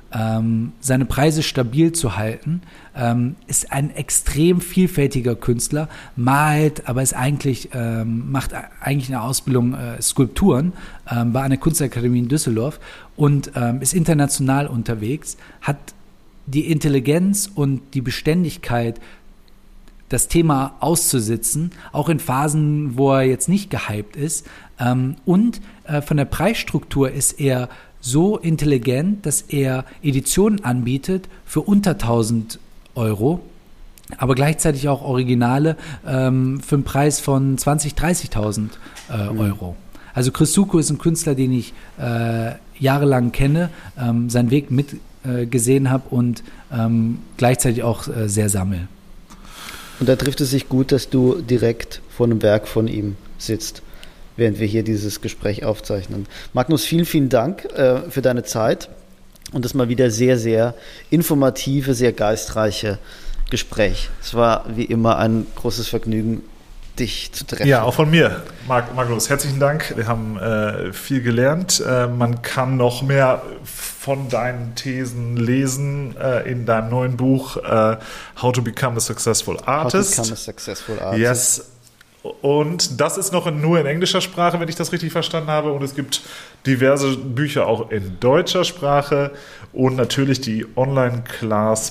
seine Preise stabil zu halten, ist ein extrem vielfältiger Künstler, malt, aber macht eigentlich eine Ausbildung Skulpturen, war an der Kunstakademie in Düsseldorf und ist international unterwegs, hat die Intelligenz und die Beständigkeit, das Thema auszusitzen, auch in Phasen, wo er jetzt nicht gehypt ist. Und von der Preisstruktur ist er so intelligent, dass er Editionen anbietet für unter 1.000 €, aber gleichzeitig auch Originale für einen Preis von 20.000, 30.000 €. Also Chris Suko ist ein Künstler, den ich jahrelang kenne, seinen Weg mitgesehen habe und gleichzeitig auch sehr sammle. Und da trifft es sich gut, dass du direkt vor einem Werk von ihm sitzt, während wir hier dieses Gespräch aufzeichnen. Magnus, vielen, vielen Dank für deine Zeit und das mal wieder sehr, sehr informative, sehr geistreiche Gespräch. Es war wie immer ein großes Vergnügen, dich zu treffen. Ja, auch von mir, Magnus. Herzlichen Dank. Wir haben viel gelernt. Man kann noch mehr von deinen Thesen lesen in deinem neuen Buch How to Become a Successful Artist. How to Become a Successful Artist. Yes. Und das ist noch nur in englischer Sprache, wenn ich das richtig verstanden habe. Und es gibt diverse Bücher auch in deutscher Sprache und natürlich die Online-Class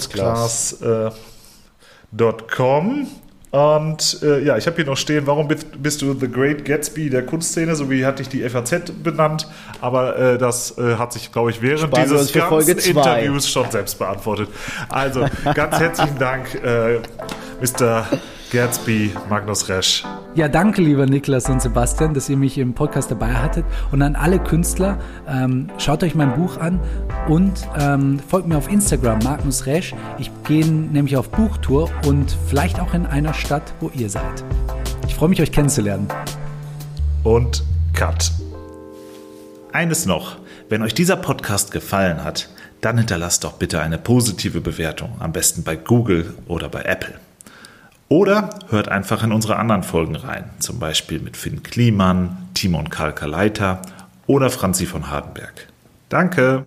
magnusclass.com. Und ja, ich habe hier noch stehen, warum bist du The Great Gatsby der Kunstszene, so wie hatte ich die FAZ benannt, aber das hat sich, glaube ich, während dieses ganzen Interviews schon selbst beantwortet. Also ganz herzlichen Dank, Mr. Gatsby, Magnus Resch. Ja, danke, lieber Niklas und Sebastian, dass ihr mich im Podcast dabei hattet. Und an alle Künstler, schaut euch mein Buch an und folgt mir auf Instagram, Magnus Resch. Ich gehe nämlich auf Buchtour und vielleicht auch in einer Stadt, wo ihr seid. Ich freue mich, euch kennenzulernen. Und Cut. Eines noch, wenn euch dieser Podcast gefallen hat, dann hinterlasst doch bitte eine positive Bewertung, am besten bei Google oder bei Apple. Oder hört einfach in unsere anderen Folgen rein, zum Beispiel mit Finn Kliman, Timon Karl-Kaleiter oder Franzi von Hardenberg. Danke!